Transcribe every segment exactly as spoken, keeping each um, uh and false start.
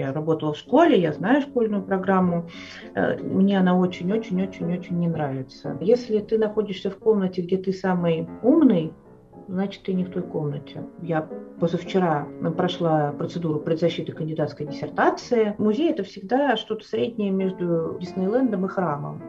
Я работала в школе, я знаю школьную программу. Мне она очень-очень-очень-очень не нравится. Если ты находишься в комнате, где ты самый умный, значит, ты не в той комнате. Я позавчера прошла процедуру предзащиты кандидатской диссертации. Музей – это всегда что-то среднее между Диснейлендом и храмом.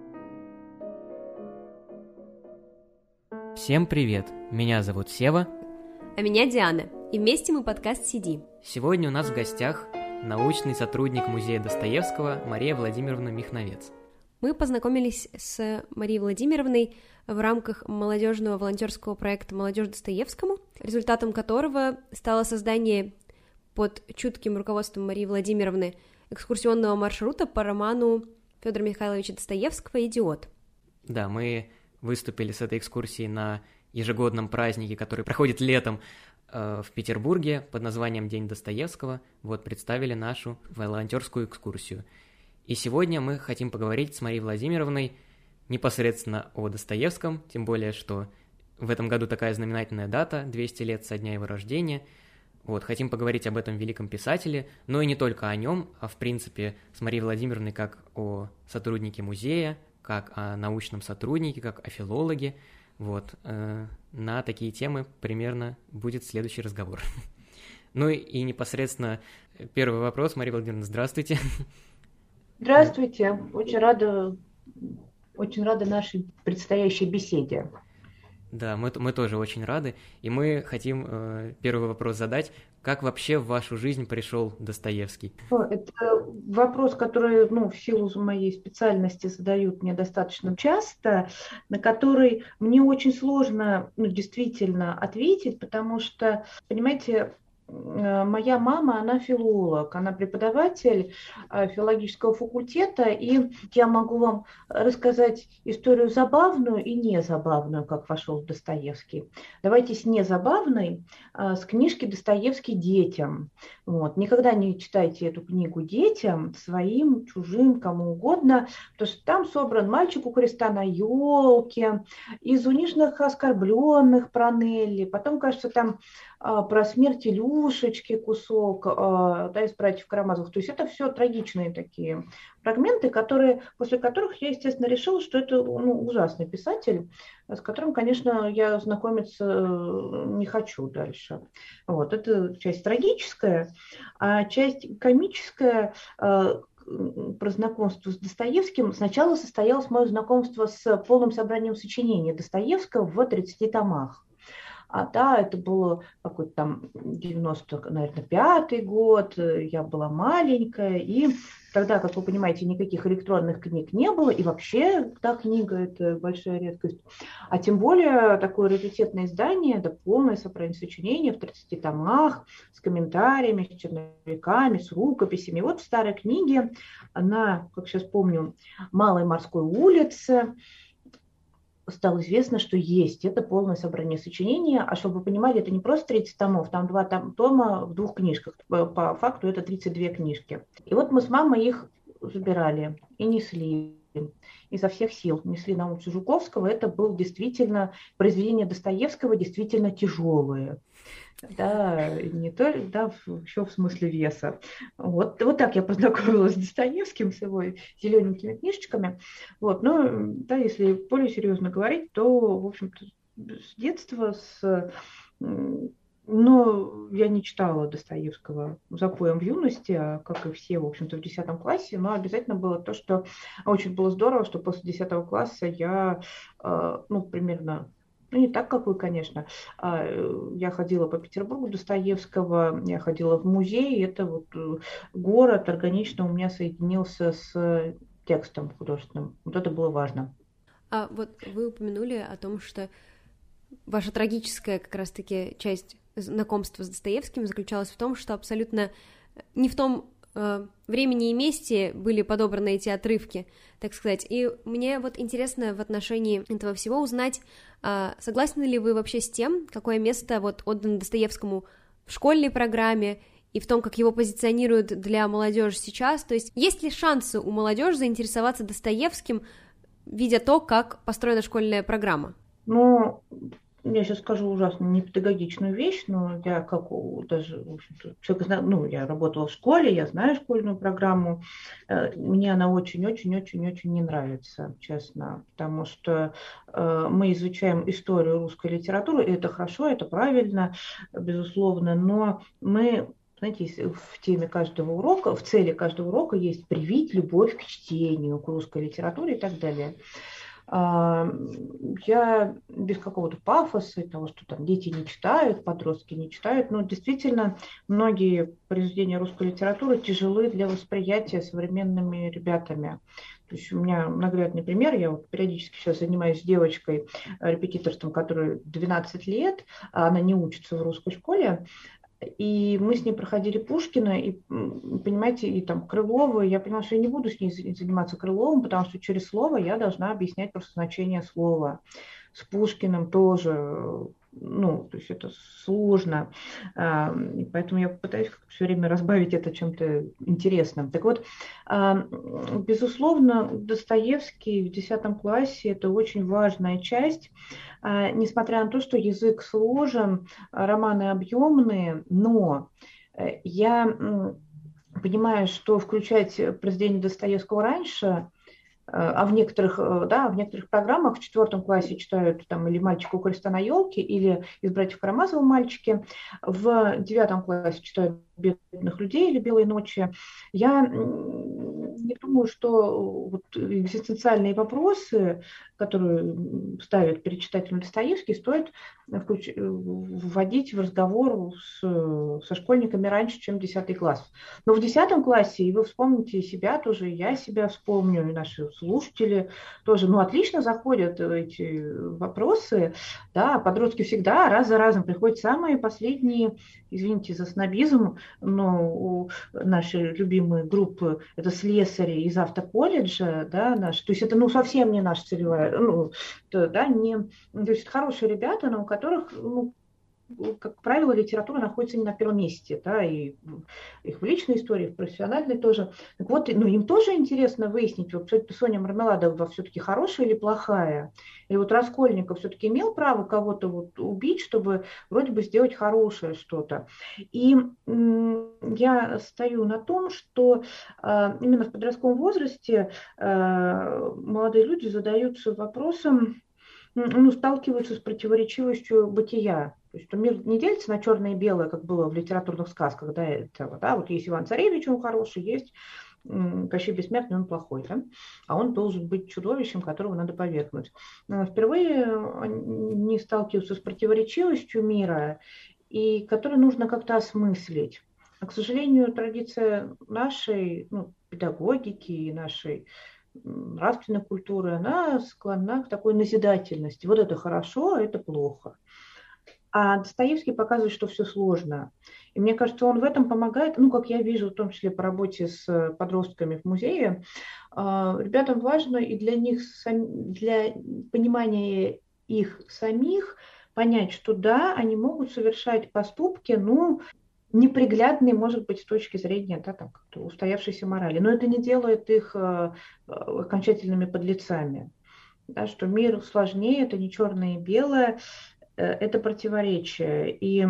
Всем привет! Меня зовут Сева. А меня Диана. И вместе мы подкаст «Сиди». Сегодня у нас в гостях научный сотрудник музея Достоевского Мария Владимировна Михновец. Мы познакомились с Марией Владимировной в рамках молодежного волонтерского проекта «Молодежь Достоевскому», результатом которого стало создание под чутким руководством Марии Владимировны экскурсионного маршрута по роману Федора Михайловича Достоевского «Идиот». Да, мы выступили с этой экскурсией на ежегодном празднике, который проходит летом э, в Петербурге под названием День Достоевского. Вот, представили нашу волонтерскую экскурсию. И сегодня мы хотим поговорить с Марией Владимировной непосредственно о Достоевском, тем более, что в этом году такая знаменательная дата, двести лет со дня его рождения. Вот, хотим поговорить об этом великом писателе, но и не только о нем, а в принципе с Марией Владимировной как о сотруднике музея, как о научном сотруднике, как о филологе. Вот, э, на такие темы примерно будет следующий разговор. Ну и, и непосредственно первый вопрос. Мария Владимировна, здравствуйте. Здравствуйте. Очень рада, очень рада нашей предстоящей беседе. Да, мы, мы тоже очень рады, и мы хотим э, первый вопрос задать. Как вообще в вашу жизнь пришел Достоевский? Это вопрос, который, ну, в силу моей специальности задают мне достаточно часто, на который мне очень сложно, ну, действительно ответить, потому что, понимаете, моя мама, она филолог, она преподаватель филологического факультета, и я могу вам рассказать историю забавную и незабавную, как вошел Достоевский. Давайте с незабавной, с книжки «Достоевский детям». Вот. Никогда не читайте эту книгу детям, своим, чужим, кому угодно, потому что там собран «Мальчик у креста на елке», из «Униженных оскорбленных» про Нелли, потом, кажется, там про смерть Илюшечки кусок, да, из «Братьев Карамазовых». То есть это все трагичные такие фрагменты, которые, после которых я, естественно, решила, что это, ну, ужасный писатель, с которым, конечно, я знакомиться не хочу дальше. Вот, это часть трагическая, а часть комическая про знакомство с Достоевским. Сначала состоялось мое знакомство с полным собранием сочинений Достоевского в тридцати томах. А да, это было какой-то там девяносто, наверное, пятый год, я была маленькая, и тогда, как вы понимаете, никаких электронных книг не было, и вообще та книга – это большая редкость. А тем более такое раритетное издание, да, полное собрание сочинений в тридцати томах, с комментариями, с черновиками, с рукописями. Вот в старой книге, на, как сейчас помню, Малой морской улице, стало известно, что есть это полное собрание сочинений, а чтобы вы понимали, это не просто тридцать томов, там два там, тома в двух книжках, по факту это тридцать две книжки. И вот мы с мамой их забирали и несли изо всех сил, несли на улицу Жуковского. Это было действительно произведение Достоевского, действительно тяжелое. Да, не только, да, еще в смысле веса. Вот, вот так я познакомилась с Достоевским, с его зелененькими книжечками. Вот, но, да, если более серьезно говорить, то, в общем-то, с детства, с, ну, я не читала Достоевского «Запоем в юности», а, как и все, в общем-то, в десятом классе, но обязательно было то, что очень было здорово, что после десятого класса я, ну, примерно... Ну, не так, как вы, конечно. Я ходила по Петербургу Достоевского, я ходила в музей, это вот город органично у меня соединился с текстом художественным. Вот это было важно. А вот вы упомянули о том, что ваша трагическая как раз-таки часть знакомства с Достоевским заключалась в том, что абсолютно не в том э, времени и месте были подобраны эти отрывки, так сказать. И мне вот интересно в отношении этого всего узнать, э, согласны ли вы вообще с тем, какое место вот отдано Достоевскому в школьной программе и в том, как его позиционируют для молодежи сейчас. То есть есть ли шансы у молодежи заинтересоваться Достоевским, видя то, как построена школьная программа? Ну, я сейчас скажу ужасно непедагогичную вещь, но я как у- даже, в общем-то, человек, зна- ну, я работала в школе, я знаю школьную программу. Э, Мне она очень-очень-очень-очень не нравится, честно, потому что э, мы изучаем историю русской литературы, и это хорошо, это правильно, безусловно, но мы знаете, если в теме каждого урока, в цели каждого урока есть привить любовь к чтению, к русской литературе и так далее. А, Я без какого-то пафоса, того, что там дети не читают, подростки не читают, но действительно многие произведения русской литературы тяжелы для восприятия современными ребятами. То есть у меня наглядный пример, я вот периодически сейчас занимаюсь с девочкой э, репетиторством, которой двенадцать лет, а она не учится в русской школе, и мы с ней проходили Пушкина, и, понимаете, и там Крылова. Я поняла, что я не буду с ней заниматься Крыловым, потому что через слово я должна объяснять просто значение слова. С Пушкиным тоже, ну, то есть это сложно. И поэтому я пытаюсь все время разбавить это чем-то интересным. Так вот, безусловно, Достоевский в десятом классе – это очень важная часть, несмотря на то, что язык сложен, романы объемные, но я понимаю, что включать произведение Достоевского раньше, а в некоторых, да, в некоторых программах в четвертом классе читают там или «Мальчика у креста на елке», или «Из братьев Карамазовых мальчики», в девятом классе читают «Бедных людей» или «Белые ночи». Я не думаю, что вот экзистенциальные вопросы, которые ставят перед читателем Достоевский, стоит вводить в разговор с, со школьниками раньше, чем десятый класс. Но в десятом классе, и вы вспомните себя тоже, и я себя вспомню, и наши слушатели тоже, ну, отлично заходят эти вопросы, да, подростки всегда раз за разом приходят самые последние, извините за снобизм, но у нашей любимой группы это слесари из автоколледжа, да, наши, то есть это, ну, совсем не наша целевая, ну, то, да, не, то есть хорошие ребята, но у которых, ну, как правило, литература находится не на первом месте, да, и их в личной истории, в профессиональной тоже. Так вот, ну, им тоже интересно выяснить, вот Соня Мармеладова все-таки хорошая или плохая, или вот Раскольников все-таки имел право кого-то вот убить, чтобы вроде бы сделать хорошее что-то. И м- я стою на том, что э, именно в подростковом возрасте э, молодые люди задаются вопросом, ну, сталкиваются с противоречивостью бытия. То есть, что мир не делится на черное и белое, как было в литературных сказках. Да, это, да, вот есть Иван-Царевич, он хороший, есть Кощей Бессмертный, он плохой. Да? А он должен быть чудовищем, которого надо повергнуть. Но впервые они сталкиваются с противоречивостью мира, и который нужно как-то осмыслить. А, к сожалению, традиция нашей, ну, педагогики и нашей нравственной культуры, она склонна к такой назидательности. Вот это хорошо, а это плохо. А Достоевский показывает, что все сложно. И мне кажется, он в этом помогает, ну, как я вижу, в том числе по работе с подростками в музее, ребятам важно и для них, для понимания их самих, понять, что да, они могут совершать поступки, ну, неприглядные, может быть, с точки зрения, да, там, устоявшейся морали. Но это не делает их э, окончательными подлецами. Да, что мир сложнее, это не черное и белое, э, это противоречие. И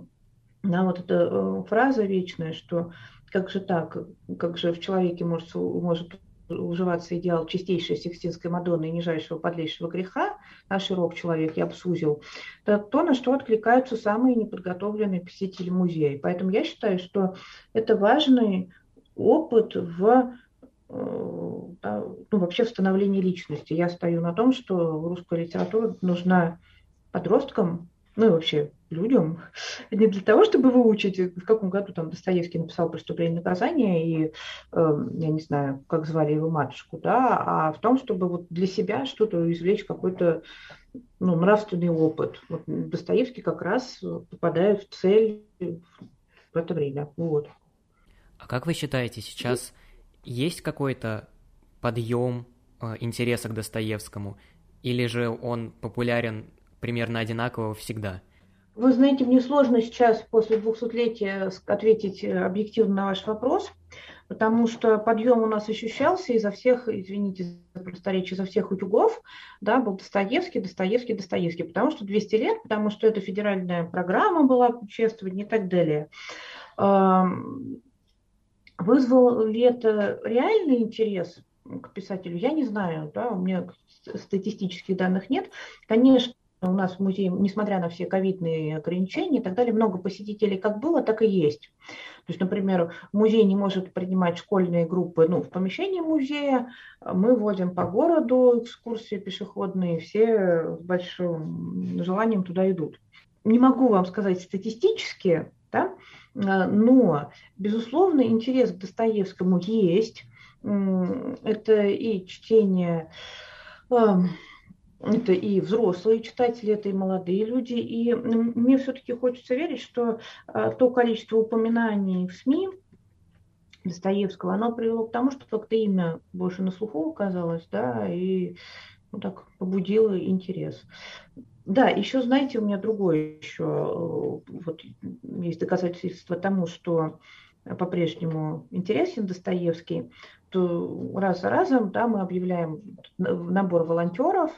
да, вот эта э, фраза вечная, что как же так, как же в человеке может, может уживаться идеал чистейшей Сикстинской Мадонны и нижайшего подлейшего греха, а широк человек и обсузил, это то, на что откликаются самые неподготовленные посетители музея. Поэтому я считаю, что это важный опыт в, да, ну, вообще в становлении личности. Я стою на том, что русская литература нужна подросткам, ну и вообще людям, не для того, чтобы выучить, в каком году там Достоевский написал «Преступление и наказание» и, э, я не знаю, как звали его матушку, да, а в том, чтобы вот для себя что-то извлечь, какой-то, ну, нравственный опыт. Вот Достоевский как раз попадает в цель в это время. Вот. А как вы считаете, сейчас есть какой-то подъем э, интереса к Достоевскому, или же он популярен примерно одинаково всегда? Вы знаете, мне сложно сейчас после двухсотлетия ответить объективно на ваш вопрос, потому что подъем у нас ощущался изо всех, извините за просторечие, изо всех утюгов, да, был Достоевский, Достоевский, Достоевский, потому что двести лет, потому что это федеральная программа была чествование и так далее. Вызвал ли это реальный интерес к писателю, я не знаю, да, у меня статистических данных нет. Конечно, у нас в музее, несмотря на все ковидные ограничения и так далее, много посетителей как было, так и есть. То есть, например, музей не может принимать школьные группы, ну, в помещении музея, мы водим по городу экскурсии пешеходные, все с большим желанием туда идут. Не могу вам сказать статистически, да, но, безусловно, интерес к Достоевскому есть. Это и чтение, это и взрослые читатели, это и молодые люди. И мне все-таки хочется верить, что то количество упоминаний в СМИ Достоевского, оно привело к тому, что как-то имя больше на слуху оказалось, да, и ну, так побудило интерес. Да, еще, знаете, у меня другое еще, вот есть доказательство тому, что по-прежнему интересен Достоевский, то раз за разом, да, мы объявляем набор волонтеров,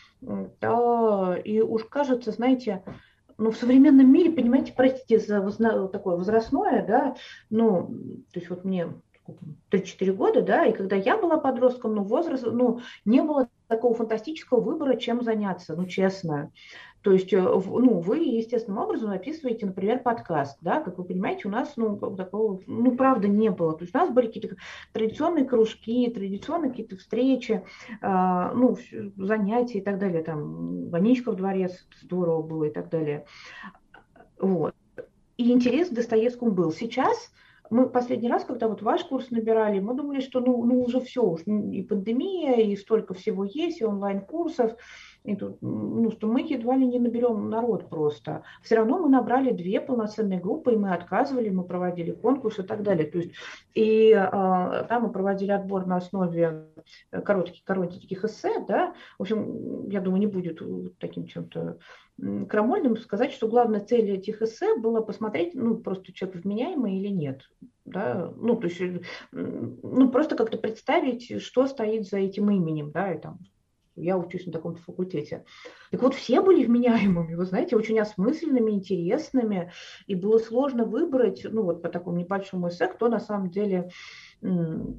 да, и уж кажется, знаете, ну, в современном мире, понимаете, простите за возна- такое возрастное, да, ну, то есть вот мне три-четыре года, да, и когда я была подростком, ну, возраст, ну, не было такого фантастического выбора, чем заняться, ну, честно. То есть, ну, вы естественным образом описываете, например, подкаст, да, как вы понимаете, у нас, ну, такого, ну, правда, не было. То есть у нас были какие-то традиционные кружки, традиционные какие-то встречи, э, ну, занятия и так далее, там, Ваничка в дворец, здорово было и так далее. Вот. И интерес к Достоевскому был. Сейчас мы последний раз, когда вот ваш курс набирали, мы думали, что ну, ну уже все, уж и пандемия, и столько всего есть, и онлайн-курсов, и тут, ну, что мы едва ли не наберем народ просто. Все равно мы набрали две полноценные группы, и мы отказывали, мы проводили конкурс и так далее. То есть, и а, там мы проводили отбор на основе коротких, коротеньких эссе, да, в общем, я думаю, не будет таким чем-то крамольным сказать, что главная цель этих эссе была посмотреть, ну, просто человек вменяемый или нет. Да? Ну, то есть, ну, просто как-то представить, что стоит за этим именем, да, и там, я учусь на таком-то факультете. Так вот, все были вменяемыми, вы знаете, очень осмысленными, интересными, и было сложно выбрать, ну, вот по такому небольшому эссе, кто на самом деле, ну,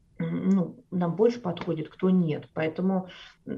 нам больше подходит, кто нет. Поэтому,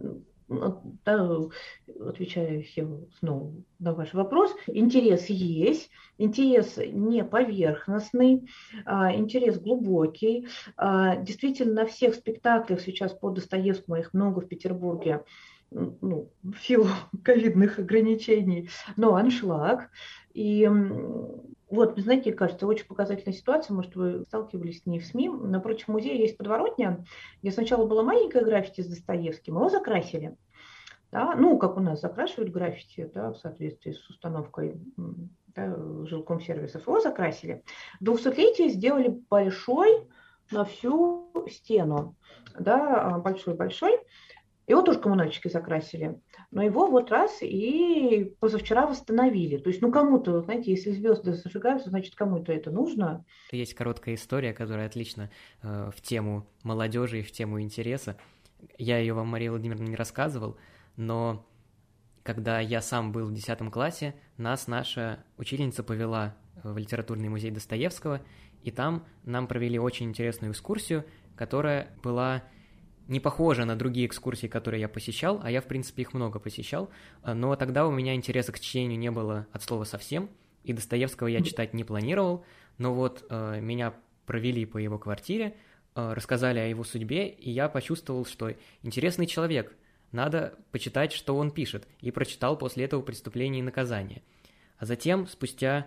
да, отвечая снова на ваш вопрос, интерес есть, интерес не поверхностный, интерес глубокий. Действительно, на всех спектаклях сейчас по Достоевскому, их много в Петербурге, ну, в силу ковидных ограничений, но аншлаг. И вот, знаете, кажется, очень показательная ситуация, может, вы сталкивались с ней в СМИ. Напротив музея есть подворотня, где сначала было маленькое граффити с Достоевским, его закрасили. Да? Ну, как у нас закрашивают граффити, да, в соответствии с установкой, да, жилкомсервисов, его закрасили. Двухсотлетие сделали большой на всю стену, да, большой-большой. Его тоже коммунальщики закрасили, но его вот раз и позавчера восстановили. То есть, ну, кому-то, знаете, если звезды зажигаются, значит, кому-то это нужно. Есть короткая история, которая отлично э, в тему молодежи и в тему интереса. Я ее вам, Мария Владимировна, не рассказывал, но когда я сам был в десятом классе, нас наша учительница повела в литературный музей Достоевского, и там нам провели очень интересную экскурсию, которая была не похожа на другие экскурсии, которые я посещал, а я, в принципе, их много посещал, но тогда у меня интереса к чтению не было от слова совсем, и Достоевского я читать не планировал, но вот э, меня провели по его квартире, э, рассказали о его судьбе, и я почувствовал, что интересный человек, надо почитать, что он пишет, и прочитал после этого «Преступление и наказание». А затем, спустя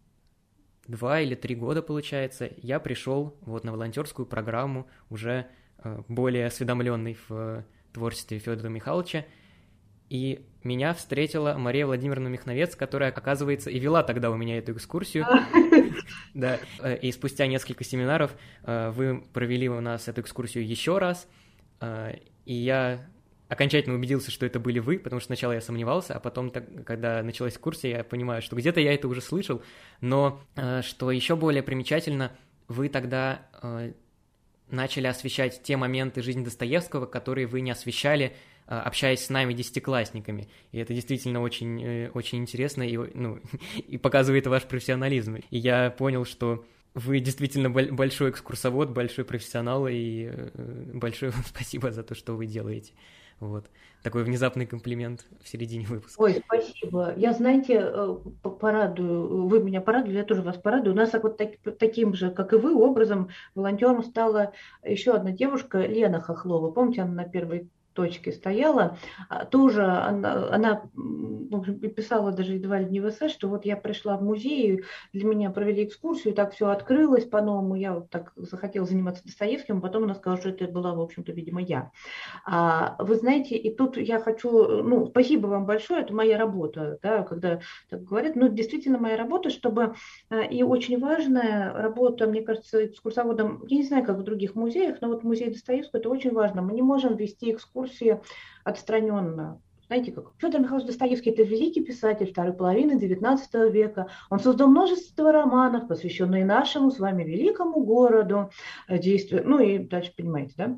два или три года, получается, я пришел вот на волонтерскую программу уже более осведомленный в творчестве Федора Михайловича, и меня встретила Мария Владимировна Михновец, которая, оказывается, и вела тогда у меня эту экскурсию. Да, и спустя несколько семинаров вы провели у нас эту экскурсию еще раз, и я окончательно убедился, что это были вы, потому что сначала я сомневался, а потом, когда началась экскурсия, я понимаю, что где-то я это уже слышал, но что еще более примечательно, вы тогда э, начали освещать те моменты жизни Достоевского, которые вы не освещали, э, общаясь с нами, десятиклассниками. И это действительно очень, э, очень интересно и, ну, и показывает ваш профессионализм. И я понял, что вы действительно большой экскурсовод, большой профессионал, и э, большое вам спасибо за то, что вы делаете. Вот. Такой внезапный комплимент в середине выпуска. Ой, спасибо. Я, знаете, порадую, вы меня порадовали, я тоже вас порадую. У нас вот так, таким же, как и вы, образом волонтером стала еще одна девушка, Лена Хохлова. Помните, она на первой точке стояла, тоже она, она в общем, писала даже едва ли не в эссе, что вот я пришла в музей, для меня провели экскурсию, так все открылось по-новому, я вот так захотела заниматься Достоевским, а потом она сказала, что это была, в общем-то, видимо, я. А, вы знаете, и тут я хочу, ну, спасибо вам большое, это моя работа, да, когда так говорят, ну, действительно моя работа, чтобы, и очень важная работа, мне кажется, экскурсоводом, я не знаю, как в других музеях, но вот музей Достоевского, это очень важно, мы не можем вести экскурсию отстраненно. Знаете, как Федор Михайлович Достоевский – это великий писатель второй половины девятнадцатого века. Он создал множество романов, посвященных нашему с вами великому городу, действию. Ну и дальше, понимаете, да?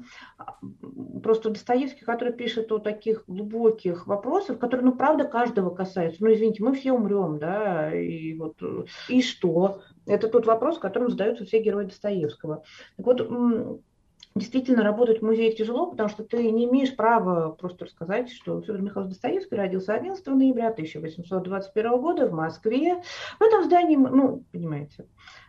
Просто Достоевский, который пишет о таких глубоких вопросах, которые, ну, правда, каждого касаются. Ну, извините, мы все умрем, да, и вот, и что? Это тот вопрос, которым задаются все герои Достоевского. Так вот, действительно, работать в музее тяжело, потому что ты не имеешь права просто рассказать, что Федор Михайлович Достоевский родился одиннадцатого ноября тысяча восемьсот двадцать первого года в Москве. В этом здании, ну, понимаете,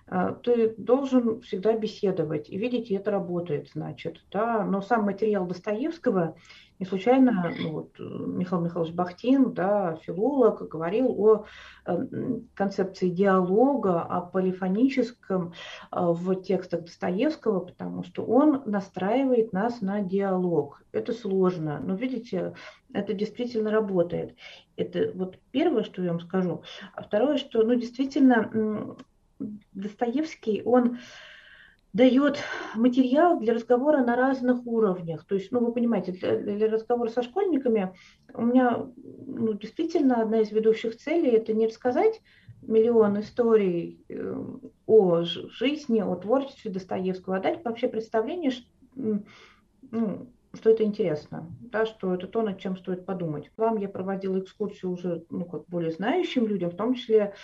ты должен всегда беседовать и видеть, и это работает, значит, да. Но сам материал Достоевского, не случайно, ну, вот, Михаил Михайлович Бахтин, да, филолог, говорил о концепции диалога, о полифоническом в текстах Достоевского, потому что он настраивает нас на диалог. Это сложно, но, видите, это действительно работает. Это вот первое, что я вам скажу. А второе, что, ну, действительно, Достоевский, он дает материал для разговора на разных уровнях. То есть, ну, вы понимаете, для, для разговора со школьниками у меня, ну, действительно одна из ведущих целей – это не рассказать миллион историй о жизни, о творчестве Достоевского, а дать вообще представление, что, ну, что это интересно, да, что это то, над чем стоит подумать. Вам я проводила экскурсию уже, ну, как более знающим людям, в том числе,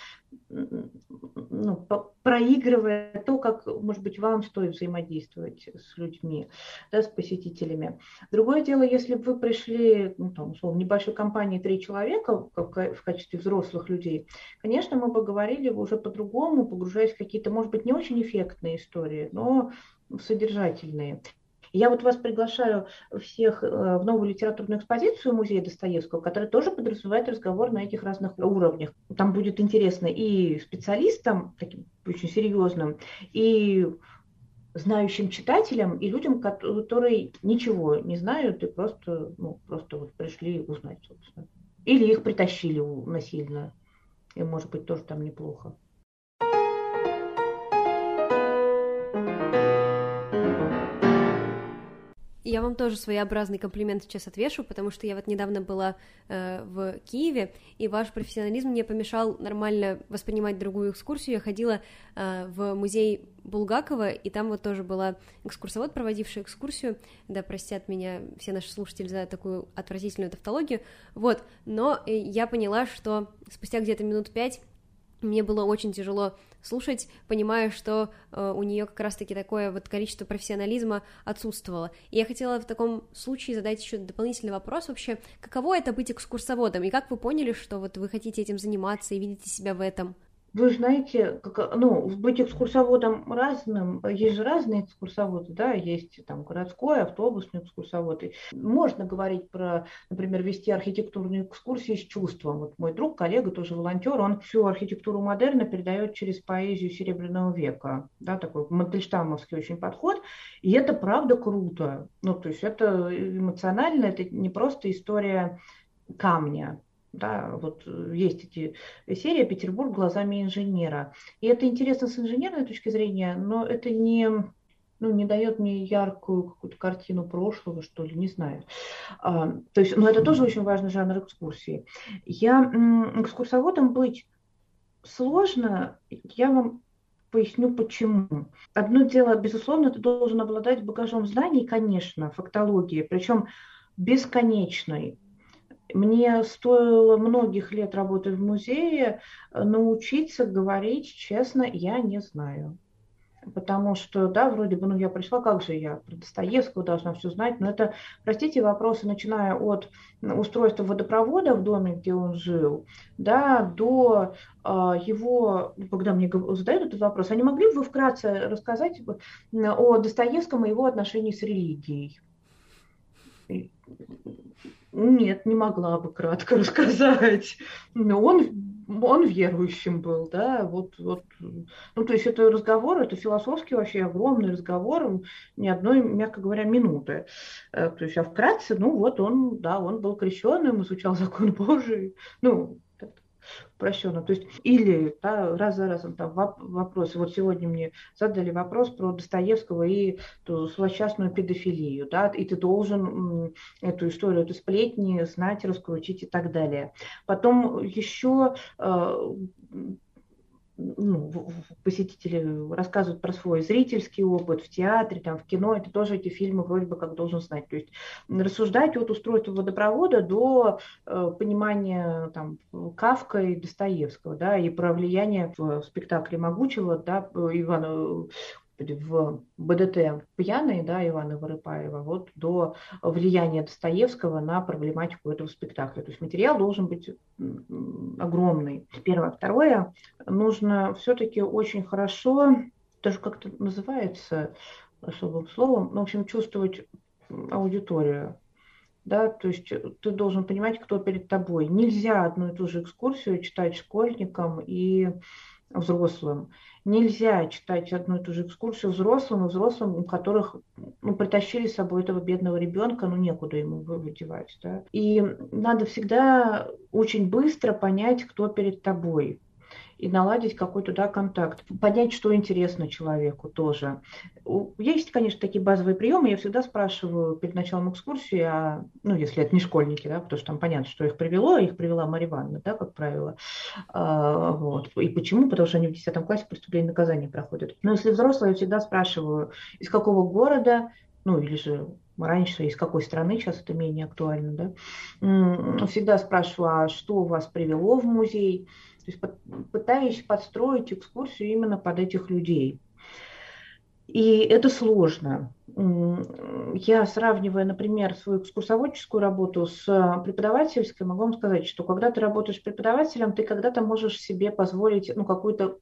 ну, проигрывая то, как, может быть, вам стоит взаимодействовать с людьми, да, с посетителями. Другое дело, если бы вы пришли, ну, там, условно, в небольшой компании три человека как в качестве взрослых людей, конечно, мы бы говорили уже по-другому, погружаясь в какие-то, может быть, не очень эффектные истории, но содержательные. Я вот вас приглашаю всех в новую литературную экспозицию музея Достоевского, которая тоже подразумевает разговор на этих разных уровнях. Там будет интересно и специалистам, таким очень серьезным, и знающим читателям, и людям, которые ничего не знают и просто, ну, просто вот пришли узнать, собственно. Или их притащили насильно, и, может быть, тоже там неплохо. Я вам тоже своеобразный комплимент сейчас отвешу, потому что я вот недавно была э, в Киеве, и ваш профессионализм мне помешал нормально воспринимать другую экскурсию. Я ходила э, в музей Булгакова, и там вот тоже была экскурсовод, проводивший экскурсию, да простят меня все наши слушатели за такую отвратительную тавтологию, вот, но я поняла, что спустя где-то минут пять мне было очень тяжело слушать, понимая, что э, у нее как раз-таки такое вот количество профессионализма отсутствовало. И я хотела в таком случае задать еще дополнительный вопрос вообще, каково это быть экскурсоводом, и как вы поняли, что вот вы хотите этим заниматься и видите себя в этом? Вы знаете, как, ну, быть экскурсоводом разным, есть же разные экскурсоводы, да, есть там городской, автобусный экскурсовод. И можно говорить про, например, вести архитектурные экскурсии с чувством. Вот мой друг, коллега, тоже волонтер, он всю архитектуру модерна передает через поэзию Серебряного века, да, такой мандельштамовский очень подход, и это правда круто. Ну, то есть это эмоционально, это не просто история камня. Да, вот есть эти серии «Петербург глазами инженера». И это интересно с инженерной точки зрения, но это не, ну, не дает мне яркую какую-то картину прошлого, что ли, не знаю. А, то есть, но это тоже очень важный жанр экскурсии. Я м, экскурсоводом быть сложно, я вам поясню почему. Одно дело, безусловно, ты должен обладать багажом знаний, конечно, фактологии, причем бесконечной. Мне стоило многих лет работы в музее научиться говорить честно, я не знаю. Потому что, да, вроде бы, ну, я пришла, как же я про Достоевского должна все знать, но это, простите, вопросы, начиная от устройства водопровода в доме, где он жил, да, до э, его, когда мне задают этот вопрос, а не могли бы вы вкратце рассказать о Достоевском и его отношении с религией? Нет, не могла бы кратко рассказать. Но он, он верующим был, да, вот, вот. Ну, то есть это разговор, это философский вообще огромный разговор, ни одной, мягко говоря, минуты. Э, То есть, а вкратце, ну, вот он, да, он был крещенным, изучал закон Божий, ну, упрощенно. То есть, или да, раз за разом там вопросы. Вот сегодня мне задали вопрос про Достоевского и ту злосчастную педофилию, да, и ты должен м, эту историю, эту сплетни знать, раскрутить и так далее. Потом еще э, ну, посетители рассказывают про свой зрительский опыт в театре, там, в кино, это тоже эти фильмы вроде бы как должен знать. То есть рассуждать от устройства водопровода до э, понимания там, Кафка и Достоевского, да, и про влияние в спектакле Могучего, да, Ивана в БДТ «Пьяный», да, Ивана Вырыпаева, вот до влияния Достоевского на проблематику этого спектакля. То есть материал должен быть огромный. Первое. Второе, нужно все-таки очень хорошо, даже как-то называется особым словом, ну, в общем, чувствовать аудиторию. Да, то есть ты должен понимать, кто перед тобой. Нельзя одну и ту же экскурсию читать школьникам и взрослым. Нельзя читать одну и ту же экскурсию взрослым и взрослым, у которых ну, притащили с собой этого бедного ребенка, ну некуда ему выдевать. Да? И надо всегда очень быстро понять, кто перед тобой. И наладить какой-то да, контакт. Понять, что интересно человеку тоже. Есть, конечно, такие базовые приемы. Я всегда спрашиваю перед началом экскурсии, а, ну, если это не школьники, да, потому что там понятно, что их привело. Их привела Марья Ивановна, да, как правило. А, вот. И почему? Потому что они в десятом классе преступление и наказание проходят. Но если взрослые, я всегда спрашиваю, из какого города, ну, или же раньше, из какой страны, сейчас это менее актуально, да. Всегда спрашиваю, а что вас привело в музей? То есть пытаюсь подстроить экскурсию именно под этих людей. И это сложно. Я, сравнивая, например, свою экскурсоводческую работу с преподавательской, могу вам сказать, что когда ты работаешь преподавателем, ты когда-то можешь себе позволить ну, какую-то,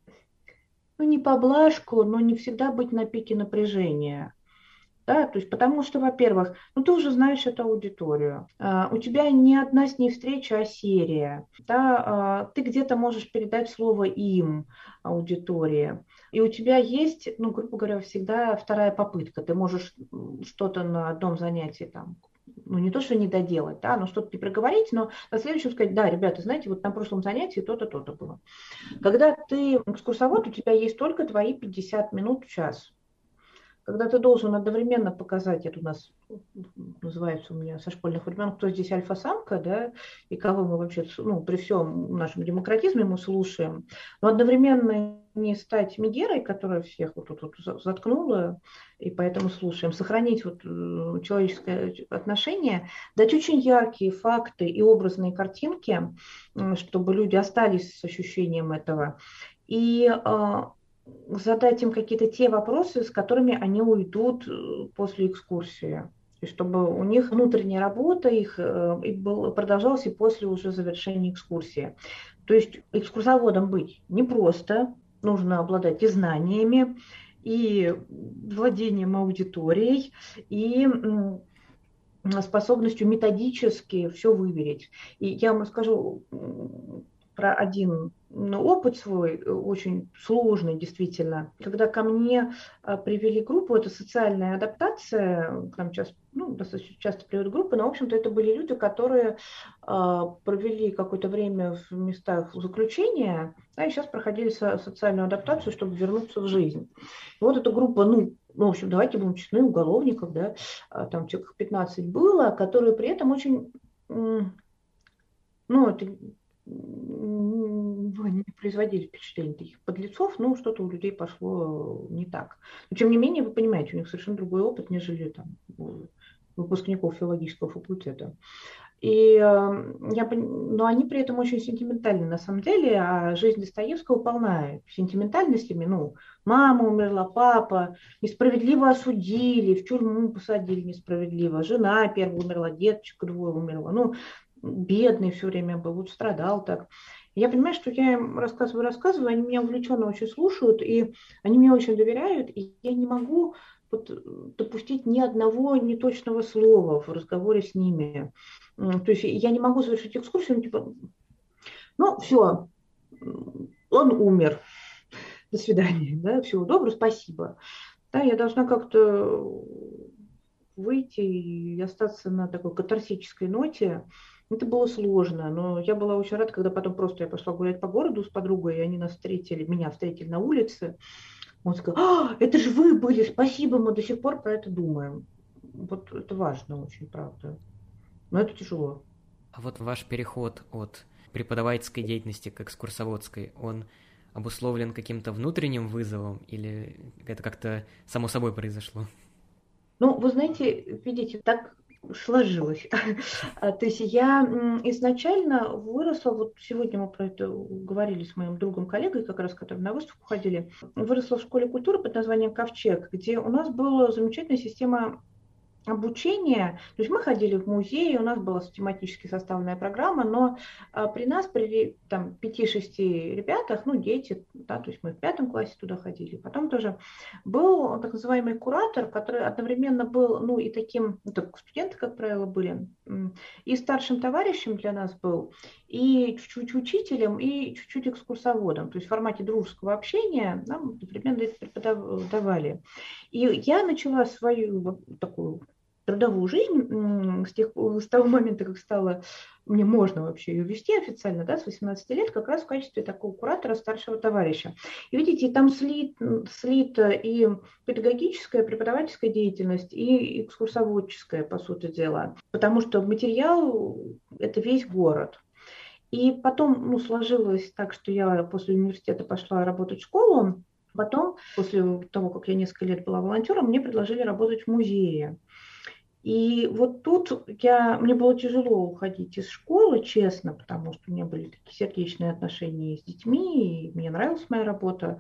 ну не поблажку, но не всегда быть на пике напряжения. Да, то есть потому что, во-первых, ну ты уже знаешь эту аудиторию, а, у тебя не одна с ней встреча, а серия, да, а, ты где-то можешь передать слово им, аудитории, и у тебя есть, ну, грубо говоря, всегда вторая попытка, ты можешь что-то на одном занятии там, ну, не то, что не доделать, да, но что-то не проговорить, но на следующем сказать, да, ребята, знаете, вот на прошлом занятии то-то, то-то было. Когда ты экскурсовод, у тебя есть только твои пятьдесят минут в час. Когда ты должен одновременно показать, это у нас называется у меня со школьных времен, кто здесь альфа-самка, да, и кого мы вообще, ну, при всем нашем демократизме мы слушаем, но одновременно не стать Мегерой, которая всех вот тут вот заткнула, и поэтому слушаем, сохранить вот человеческое отношение, дать очень яркие факты и образные картинки, чтобы люди остались с ощущением этого, и задать им какие-то те вопросы, с которыми они уйдут после экскурсии. И чтобы у них внутренняя работа их и был, продолжалась и после уже завершения экскурсии. То есть экскурсоводом быть непросто, нужно обладать и знаниями, и владением аудиторией, и способностью методически все выверить. И я вам расскажу про один опыт свой, очень сложный действительно. Когда ко мне привели группу, это социальная адаптация, к нам сейчас, ну, достаточно часто приводят группы, но, в общем-то, это были люди, которые провели какое-то время в местах заключения, а и сейчас проходили социальную адаптацию, чтобы вернуться в жизнь. И вот эта группа, ну, ну, в общем, давайте будем честны, уголовников, да, там человек пятнадцать было, которые при этом очень, ну, это ну, они не производили впечатление таких подлецов, но что-то у людей пошло не так. Но, тем не менее, вы понимаете, у них совершенно другой опыт, нежели там, у выпускников филологического факультета. И, э, я, но они при этом очень сентиментальны на самом деле, а жизнь Достоевского полна сентиментальностями. Ну, мама умерла, папа, несправедливо осудили, в тюрьму посадили несправедливо, жена первая умерла, деточка двое умерла. Ну, бедный все время был, вот страдал так. Я понимаю, что я им рассказываю, рассказываю, они меня увлеченно очень слушают, и они мне очень доверяют, и я не могу вот допустить ни одного неточного слова в разговоре с ними. То есть я не могу завершить экскурсию, ну, типа, ну, все, он умер, до свидания, да, всего доброго, спасибо. Да, я должна как-то выйти и остаться на такой катарсической ноте. Это было сложно, но я была очень рада, когда потом просто я пошла гулять по городу с подругой, и они нас встретили, меня встретили на улице. Он сказал: а, это же вы были, спасибо, мы до сих пор про это думаем. Вот это важно очень, правда. Но это тяжело. А вот ваш переход от преподавательской деятельности к экскурсоводской, он обусловлен каким-то внутренним вызовом или это как-то само собой произошло? Ну, вы знаете, видите, так сложилось. То есть я изначально выросла, вот сегодня мы про это говорили с моим другом, коллегой, как раз, который на выставку ходили, выросла в школе культуры под названием «Ковчег», где у нас была замечательная система обучение, то есть мы ходили в музей, у нас была систематически составленная программа, но а, при нас, при там, пяти-шести ребятах, ну, дети, да, то есть мы в пятом классе туда ходили, потом тоже был так называемый куратор, который одновременно был, ну, и таким, ну, так, студенты, как правило, были, и старшим товарищем для нас был, и чуть-чуть учителем, и чуть-чуть экскурсоводом, то есть в формате дружеского общения нам одновременно это преподавали. И я начала свою такую трудовую жизнь с, тех, с того момента, как стало, мне можно вообще ее вести официально, да, с восемнадцати лет, как раз в качестве такого куратора, старшего товарища. И видите, там слит, слита и педагогическая, преподавательская деятельность, и экскурсоводческая, по сути дела, потому что материал – это весь город. И потом, ну, сложилось так, что я после университета пошла работать в школу. Потом, после того, как я несколько лет была волонтером, мне предложили работать в музее. И вот тут я, мне было тяжело уходить из школы, честно, потому что у меня были такие сердечные отношения с детьми, и мне нравилась моя работа.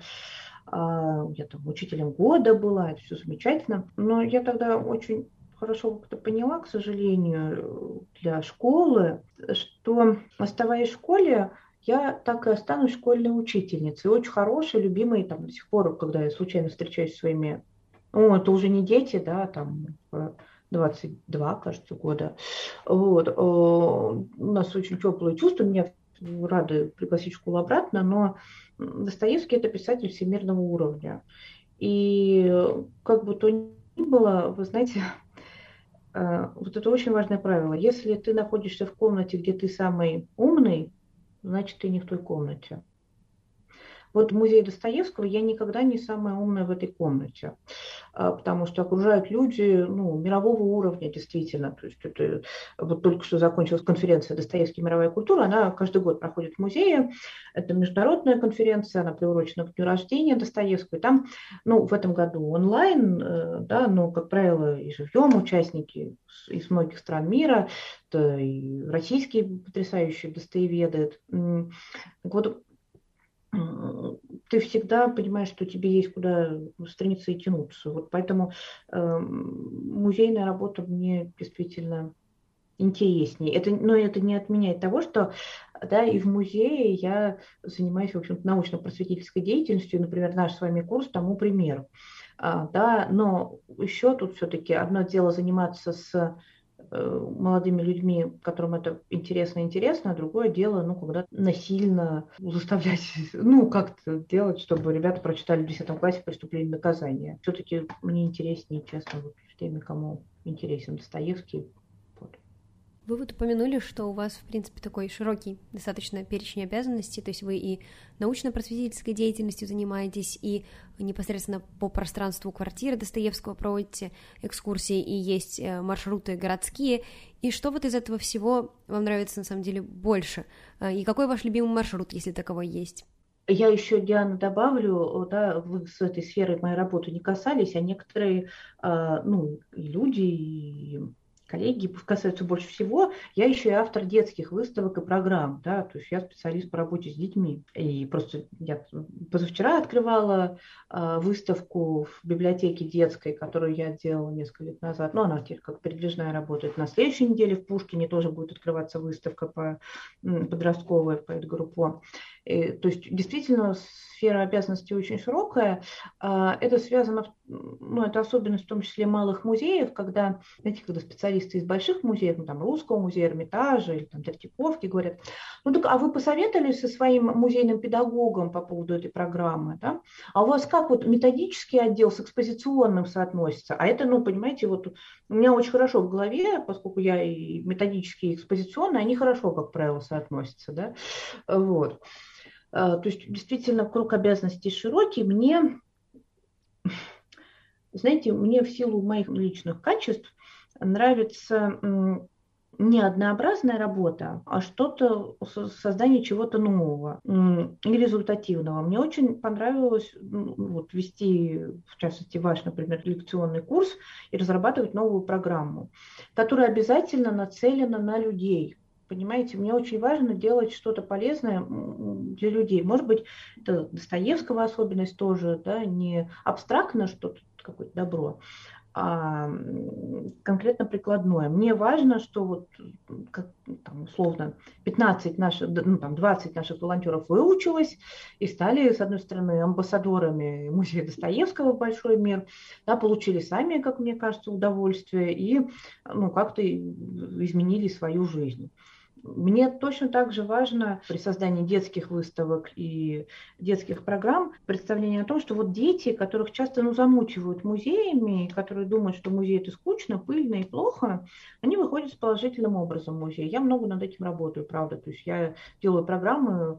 Я там учителем года была, это все замечательно. Но я тогда очень хорошо как-то поняла, к сожалению, для школы, что, оставаясь в школе, я так и останусь школьной учительницей, очень хорошей, любимой, там, до сих пор, когда я случайно встречаюсь с своими, ну, это уже не дети, да, там, двадцать два, кажется, года. Вот. У нас очень теплые чувства, меня рады пригласить в школу обратно, но Достоевский – это писатель всемирного уровня. И как бы то ни было, вы знаете, вот это очень важное правило. Если ты находишься в комнате, где ты самый умный, значит, ты не в той комнате. Вот в музее Достоевского я никогда не самая умная в этой комнате, потому что окружают люди, ну, мирового уровня, действительно. То есть это вот только что закончилась конференция «Достоевский. Мировая культура», она каждый год проходит в музее. Это международная конференция, она приурочена к дню рождения Достоевского. И там, ну, в этом году онлайн, да, но, как правило, и живьем участники из многих стран мира, это и российские потрясающие достоеведы. Так вот, ты всегда понимаешь, что тебе есть куда стремиться и тянуться. Вот поэтому э, музейная работа мне действительно интереснее. Это, но это не отменяет того, что да, и в музее я занимаюсь, в общем-то, научно-просветительской деятельностью. Например, наш с вами курс тому пример. А, да, но еще тут все-таки одно дело заниматься с молодыми людьми, которым это интересно, интересно, а другое дело, ну, когда насильно заставлять, ну, как-то делать, чтобы ребята прочитали в десятом классе «Преступление и наказание». Все-таки мне интереснее, честно, вот с теми, кому интересен Достоевский. Вот. Вы вот упомянули, что у вас, в принципе, такой широкий достаточно перечень обязанностей, то есть вы и научно-просветительской деятельностью занимаетесь, и непосредственно по пространству квартиры Достоевского проводите экскурсии, и есть маршруты городские. И что вот из этого всего вам нравится на самом деле больше? И какой ваш любимый маршрут, если таковой есть? Я еще, Диана, добавлю, да, вы с этой сферой моей работы не касались, а некоторые, ну, и люди, и коллеги касаются больше всего. Я еще и автор детских выставок и программ, да, то есть я специалист по работе с детьми. И просто я позавчера открывала э, выставку в библиотеке детской, которую я делала несколько лет назад. Но она теперь как передвижная работает. На следующей неделе в Пушкине тоже будет открываться выставка по подростковой, по Эдгару. И, то есть действительно сфера обязанностей очень широкая. Это связано, ну, это особенность в том числе малых музеев, когда, знаете, когда специалисты из больших музеев, ну, там, Русского музея, Эрмитажа или там Третьяковки говорят, ну так, а вы посоветовались со своим музейным педагогом по поводу этой программы, да? А у вас как вот методический отдел с экспозиционным соотносится? А это, ну, понимаете, вот у меня очень хорошо в голове, поскольку я и методический, и экспозиционный, они хорошо, как правило, соотносятся, да? Вот. То есть действительно круг обязанностей широкий. Мне, знаете, мне в силу моих личных качеств нравится не однообразная работа, а что-то, создание чего-то нового и результативного. Мне очень понравилось вот, вести, в частности, ваш, например, лекционный курс и разрабатывать новую программу, которая обязательно нацелена на людей. Понимаете, мне очень важно делать что-то полезное для людей. Может быть, это Достоевского особенность тоже, да, не абстрактно что-то, какое-то добро, а конкретно прикладное. Мне важно, что вот, как, там, условно, пятнадцать наших, ну, там, двадцать наших волонтеров выучилось и стали, с одной стороны, амбассадорами музея Достоевского «Большой мир», да, получили сами, как мне кажется, удовольствие и, ну, как-то изменили свою жизнь. Мне точно так же важно при создании детских выставок и детских программ представление о том, что вот дети, которых часто ну, замучивают музеями, которые думают, что музей это скучно, пыльно и плохо, они выходят с положительным образом в музей. Я много над этим работаю, правда. То есть я делаю программы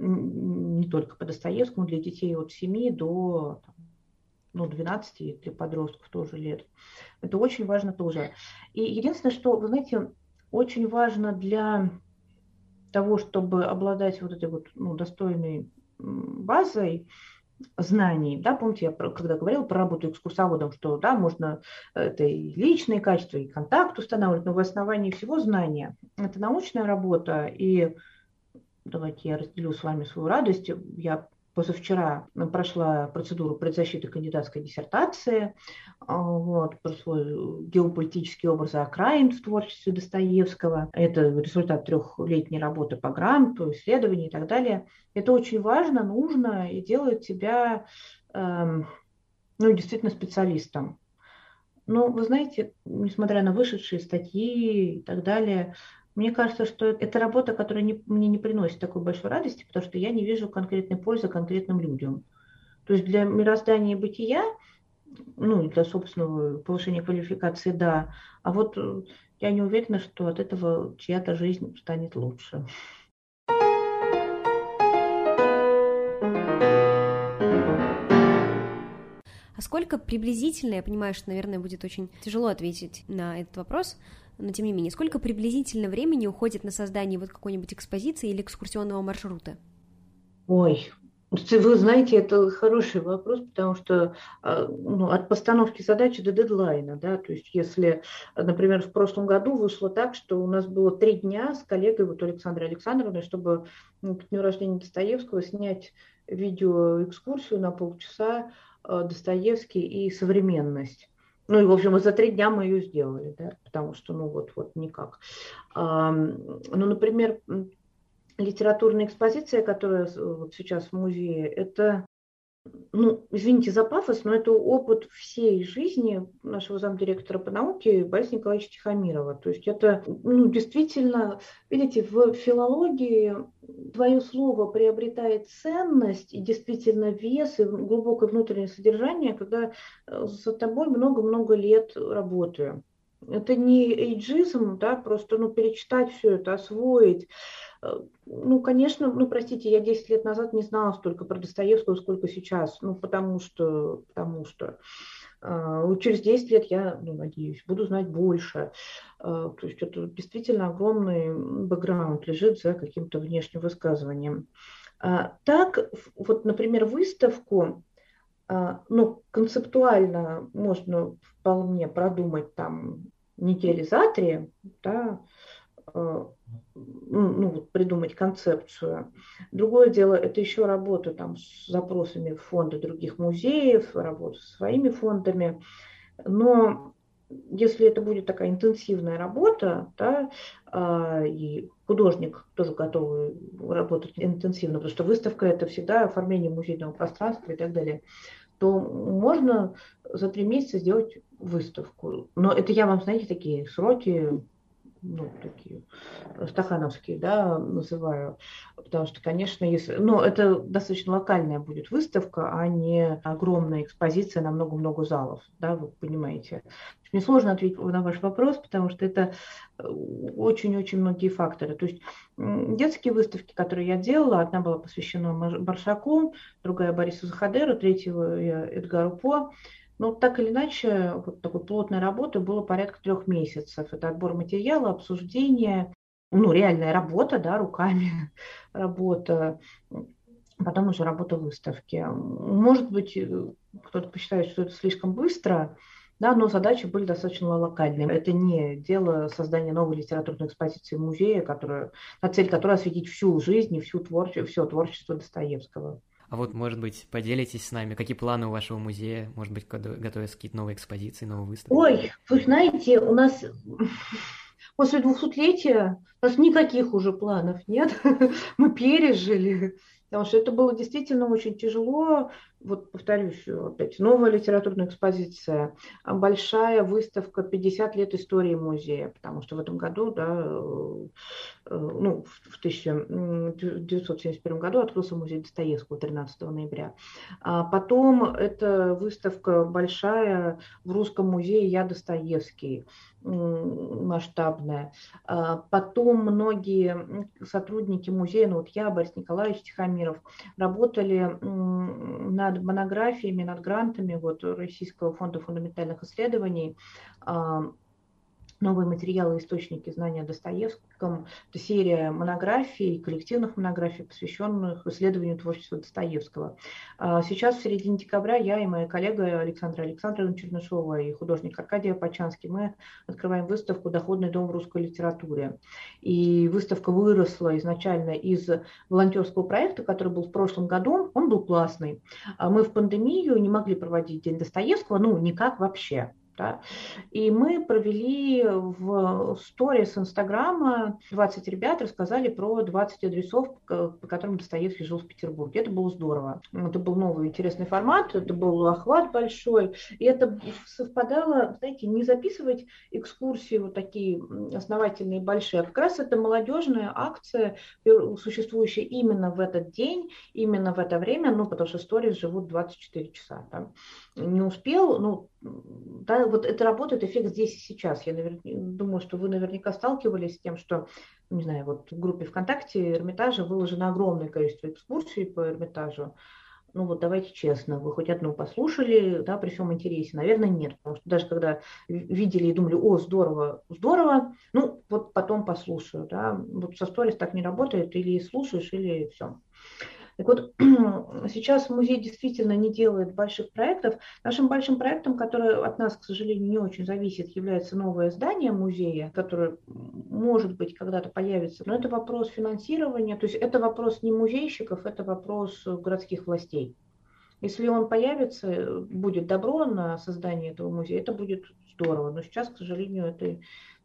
не только по Достоевскому, для детей от семи до ну, двенадцати, для подростков тоже лет. Это очень важно тоже. И единственное, что, вы знаете, очень важно для того, чтобы обладать вот этой вот ну, достойной базой знаний, да, помните, я когда говорила про работу экскурсоводом, что, да, можно это и личные качества, и контакт устанавливать, но в основании всего знания. Это научная работа, и давайте я разделю с вами свою радость. Я позавчера прошла процедуру предзащиты кандидатской диссертации вот, про свой геополитический образ окраин в творчестве Достоевского. Это результат трехлетней работы по гранту, исследований и так далее. Это очень важно, нужно и делает тебя эм, ну, действительно специалистом. Но вы знаете, несмотря на вышедшие статьи и так далее, мне кажется, что это работа, которая не, мне не приносит такой большой радости, потому что я не вижу конкретной пользы конкретным людям. То есть для мироздания и бытия, ну, для собственного повышения квалификации, да. А вот я не уверена, что от этого чья-то жизнь станет лучше. А сколько приблизительно, я понимаю, что, наверное, будет очень тяжело ответить на этот вопрос, но тем не менее, сколько приблизительно времени уходит на создание вот какой-нибудь экспозиции или экскурсионного маршрута? Ой, вы знаете, это хороший вопрос, потому что ну, от постановки задачи до дедлайна, да, то есть если, например, в прошлом году вышло так, что у нас было три дня с коллегой, вот Александрой Александровной, чтобы ну, к дню рождения Достоевского снять видеоэкскурсию на полчаса Достоевский и современность. Ну и, в общем, за три дня мы ее сделали, да, потому что, ну вот, вот никак. Ну, например, литературная экспозиция, которая вот сейчас в музее, это, ну, извините за пафос, но это опыт всей жизни нашего замдиректора по науке Бориса Николаевича Тихомирова. То есть это, ну, действительно, видите, в филологии твое слово приобретает ценность и действительно вес и глубокое внутреннее содержание, когда за тобой много-много лет работаю. Это не эйджизм, да, просто, ну, перечитать все это, освоить. Ну, конечно, ну, простите, я десять лет назад не знала столько про Достоевского, сколько сейчас, ну, потому что, потому что э, через десять лет я, ну, надеюсь, буду знать больше. Э, то есть это действительно огромный бэкграунд лежит за каким-то внешним высказыванием. А, так, вот, например, выставку, а, ну, концептуально можно вполне продумать там недели за три, да, э, ну, вот придумать концепцию. Другое дело, это еще работа там с запросами в фонды других музеев, работа со своими фондами. Но если это будет такая интенсивная работа, да, а, и художник тоже готовый работать интенсивно, потому что выставка это всегда оформление музейного пространства и так далее, то можно за три месяца сделать выставку. Но это я вам, знаете, такие сроки, ну, такие стахановские, да, называю. Потому что, конечно, если... Ну, это достаточно локальная будет выставка, а не огромная экспозиция на много-много залов, да, вы понимаете. Мне сложно ответить на ваш вопрос, потому что это очень-очень многие факторы. То есть детские выставки, которые я делала, одна была посвящена Маршаку, другая Борису Захадеру, третья Эдгару По. Но так или иначе, вот такой плотной работы было порядка трех месяцев. Это отбор материала, обсуждение, ну, реальная работа, да, руками работа, потом уже работа выставки. Может быть, кто-то посчитает, что это слишком быстро, да, но задачи были достаточно локальные. Это не дело создания новой литературной экспозиции музея, которая, на цель которой осветить всю жизнь и всю творче, все творчество Достоевского. А вот, может быть, поделитесь с нами, какие планы у вашего музея? Может быть, готовятся какие-то новые экспозиции, новые выставки? Ой, вы знаете, у нас после двухсотлетия у нас никаких уже планов нет. Мы пережили, потому что это было действительно очень тяжело. Вот повторюсь, опять новая литературная экспозиция, большая выставка пятьдесят лет истории музея, потому что в этом году, да, ну, в тысяча девятьсот семьдесят первом году открылся музей Достоевского тринадцатого ноября. А потом это выставка большая в Русском музее «Я Достоевский», масштабная. Потом многие сотрудники музея, ну вот я, Борис Николаевич Тихомиров, работали над монографиями, над грантами вот, Российского фонда фундаментальных исследований, новые материалы, источники знания о Достоевском. Это серия монографий, коллективных монографий, посвященных исследованию творчества Достоевского. Сейчас в середине декабря я и моя коллега Александра Александровна Чернышова и художник Аркадий Опочанский, мы открываем выставку «Доходный дом в русской литературе». И выставка выросла изначально из волонтерского проекта, который был в прошлом году. Он был классный. Мы в пандемию не могли проводить День Достоевского, ну, никак вообще. Да. И мы провели в сторис Инстаграма двадцать ребят, рассказали про двадцать адресов, по которым Достоевский жил в Петербурге. Это было здорово. Это был новый интересный формат, это был охват большой. И это совпадало, знаете, не записывать экскурсии вот такие основательные, большие, а как раз это молодежная акция, существующая именно в этот день, именно в это время, ну, потому что сторис живут двадцать четыре часа. Да. Не успел, ну, да, вот это работает эффект здесь и сейчас. Я навер... думаю, что вы наверняка сталкивались с тем, что, не знаю, вот в группе ВКонтакте Эрмитажа выложено огромное количество экскурсий по Эрмитажу. Ну вот давайте честно, вы хоть одну послушали, да, при всем интересе? Наверное, нет, потому что даже когда видели и думали, о, здорово, здорово, ну вот потом послушаю, да, вот со сторис так не работает, или слушаешь, или все. Так вот, сейчас музей действительно не делает больших проектов. Нашим большим проектом, который от нас, к сожалению, не очень зависит, является новое здание музея, которое, может быть, когда-то появится. Но это вопрос финансирования, то есть это вопрос не музейщиков, это вопрос городских властей. Если он появится, будет добро на создание этого музея, это будет здорово. Но сейчас, к сожалению, это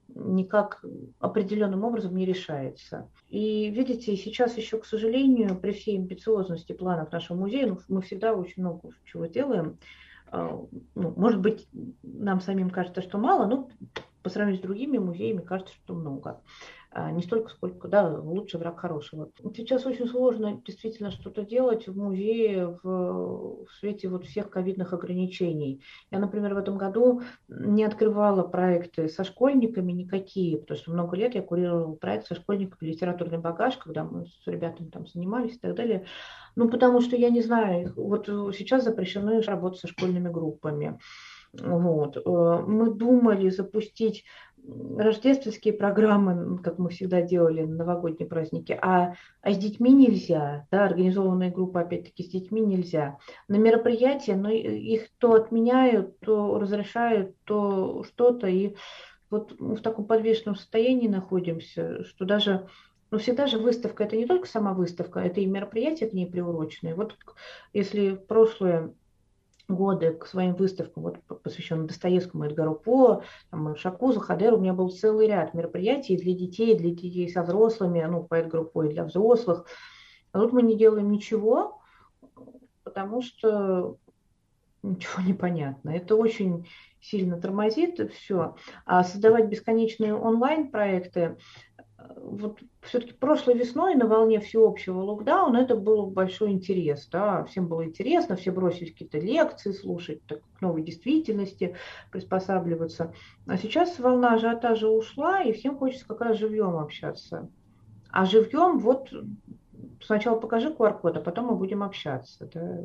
никак определенным образом не решается. И видите, сейчас еще, к сожалению, при всей амбициозности планов нашего музея, ну, мы всегда очень много чего делаем. Ну, может быть, нам самим кажется, что мало, но по сравнению с другими музеями кажется, что много. не столько, сколько, да, лучший враг хорошего. Сейчас очень сложно действительно что-то делать в музее в, в свете вот всех ковидных ограничений. Я, например, в этом году не открывала проекты со школьниками никакие, потому что много лет я курировала проект со школьниками «Литературный багаж», когда мы с ребятами там занимались и так далее. Ну, потому что, я не знаю, вот сейчас запрещено работать со школьными группами. Вот. Мы думали запустить рождественские программы, как мы всегда делали на новогодние праздники, а, а с детьми нельзя, да, организованные группы, опять-таки, с детьми нельзя. На мероприятия, но их то отменяют, то разрешают, то что-то, и вот мы в таком подвешенном состоянии находимся, что даже, ну, всегда же выставка, это не только сама выставка, это и мероприятия к ней приуроченные. Вот если в прошлое годы к своим выставкам, вот, посвященным Достоевскому, Эдгару По, там, Шаку, Захадеру, у меня был целый ряд мероприятий для детей, для детей со взрослыми, ну, по Эдгару По и для взрослых. А тут мы не делаем ничего, потому что ничего не понятно. Это очень сильно тормозит все. А создавать бесконечные онлайн-проекты, вот все-таки прошлой весной на волне всеобщего локдауна это был большой интерес, да, всем было интересно, все бросились какие-то лекции слушать, так, к новой действительности приспосабливаться. А сейчас волна ажиотажа ушла, и всем хочется как раз живьем общаться. А живьем вот сначала покажи ку ар код, а потом мы будем общаться, да.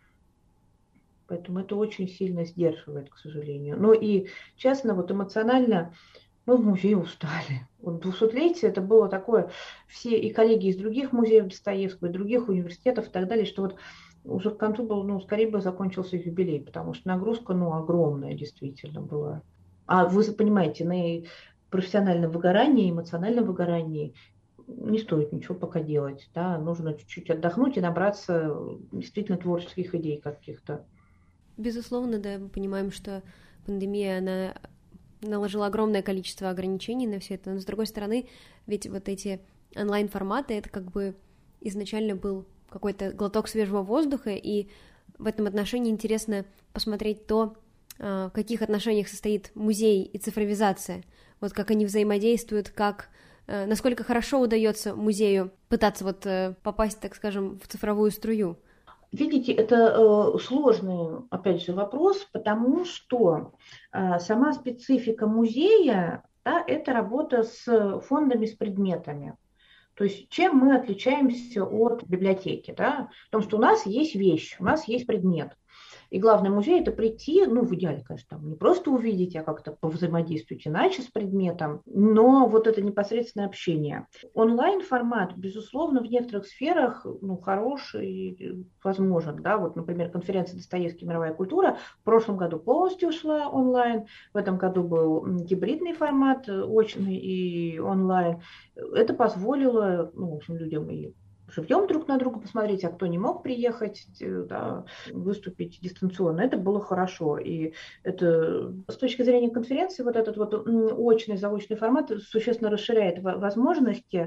Поэтому это очень сильно сдерживает, к сожалению. Ну и честно, вот эмоционально мы в музее устали. Вот двухсотлетие это было такое, все и коллеги из других музеев Достоевского, и других университетов и так далее, что вот уже к концу был, ну, скорее бы закончился юбилей, потому что нагрузка, ну, огромная действительно была. А вы понимаете, на профессиональном выгорании, эмоциональном выгорании не стоит ничего пока делать, да, нужно чуть-чуть отдохнуть и набраться действительно творческих идей каких-то. Безусловно, да, мы понимаем, что пандемия, она наложила огромное количество ограничений на все это, но с другой стороны, ведь вот эти онлайн-форматы, это как бы изначально был какой-то глоток свежего воздуха, и в этом отношении интересно посмотреть то, в каких отношениях состоит музей и цифровизация, вот как они взаимодействуют, как, насколько хорошо удается музею пытаться вот попасть, так скажем, в цифровую струю. Видите, это э, сложный, опять же, вопрос, потому что э, сама специфика музея, да, это работа с фондами, с предметами. То есть чем мы отличаемся от библиотеки? Да? В том, что у нас есть вещь, у нас есть предмет. И главное музей это прийти, ну, в идеале, конечно, там, не просто увидеть, а как-то повзаимодействовать иначе с предметом, но вот это непосредственное общение. Онлайн-формат, безусловно, в некоторых сферах, ну, хороший и возможен, да, вот, например, конференция «Достоевский. Мировая культура» в прошлом году полностью ушла онлайн, в этом году был гибридный формат, очный и онлайн. Это позволило, ну, в общем, людям и живьем друг на друга посмотреть, а кто не мог приехать, да, выступить дистанционно, это было хорошо. И это с точки зрения конференции вот этот вот очный, заочный формат существенно расширяет возможности,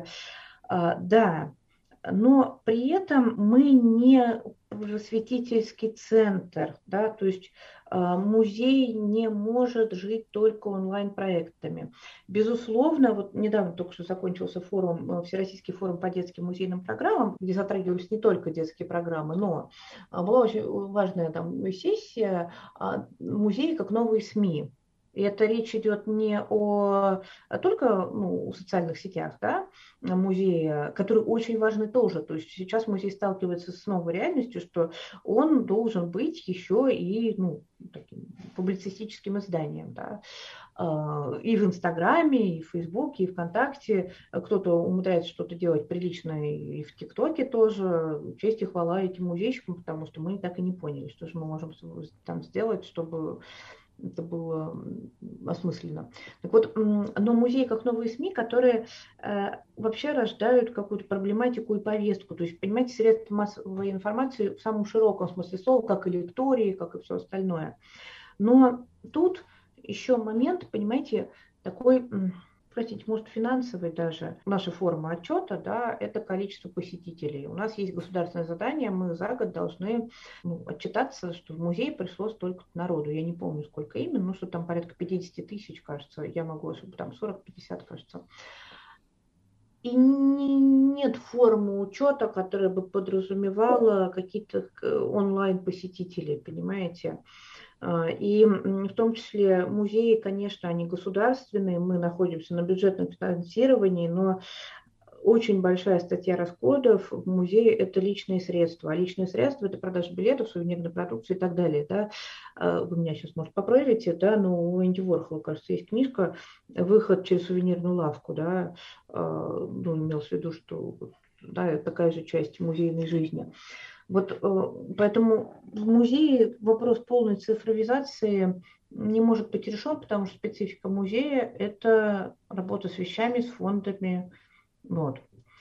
да, но при этом мы не просветительский центр, да, то есть музей не может жить только онлайн-проектами. Безусловно, вот недавно только что закончился форум, Всероссийский форум по детским музейным программам, где затрагивались не только детские программы, но была очень важная там сессия «Музеи как новые СМИ». И это речь идет не о только ну, о социальных сетях, да, музея, которые очень важны тоже. То есть сейчас музей сталкивается с новой реальностью, что он должен быть еще и ну, таким публицистическим изданием. Да. И в Инстаграме, и в Фейсбуке, и ВКонтакте кто-то умудряется что-то делать приличное, и в ТикТоке тоже. Честь и хвала этим музейщикам, потому что мы так и не поняли, что же мы можем там сделать, чтобы это было осмысленно. Так вот, но музеи как новые СМИ, которые э, вообще рождают какую-то проблематику и повестку. То есть, понимаете, средства массовой информации в самом широком смысле слова, как и лектории, как и все остальное. Но тут еще момент, понимаете, такой, простите, может, финансовый даже. Наша форма отчета, да, это количество посетителей. У нас есть государственное задание, мы за год должны ну, отчитаться, что в музей пришло столько народу. Я не помню, сколько именно, ну, что там порядка пятьдесят тысяч, кажется, я могу ошибиться, там сорок-пятьдесят, кажется. и не, нет формы учета, которая бы подразумевала какие-то онлайн-посетителей, понимаете? И в том числе музеи, конечно, они государственные, мы находимся на бюджетном финансировании, но очень большая статья расходов в музее – это личные средства. А личные средства – это продажа билетов, сувенирной продукции и так далее. Да? Вы меня сейчас, может, поправите, да? Но у Энди Уорхола, кажется, есть книжка «Выход через сувенирную лавку». Да? Ну, имелось в виду, что да, это такая же часть музейной жизни. Вот поэтому в музее вопрос полной цифровизации не может быть решен, потому что специфика музея – это работа с вещами, с фондами. Вот.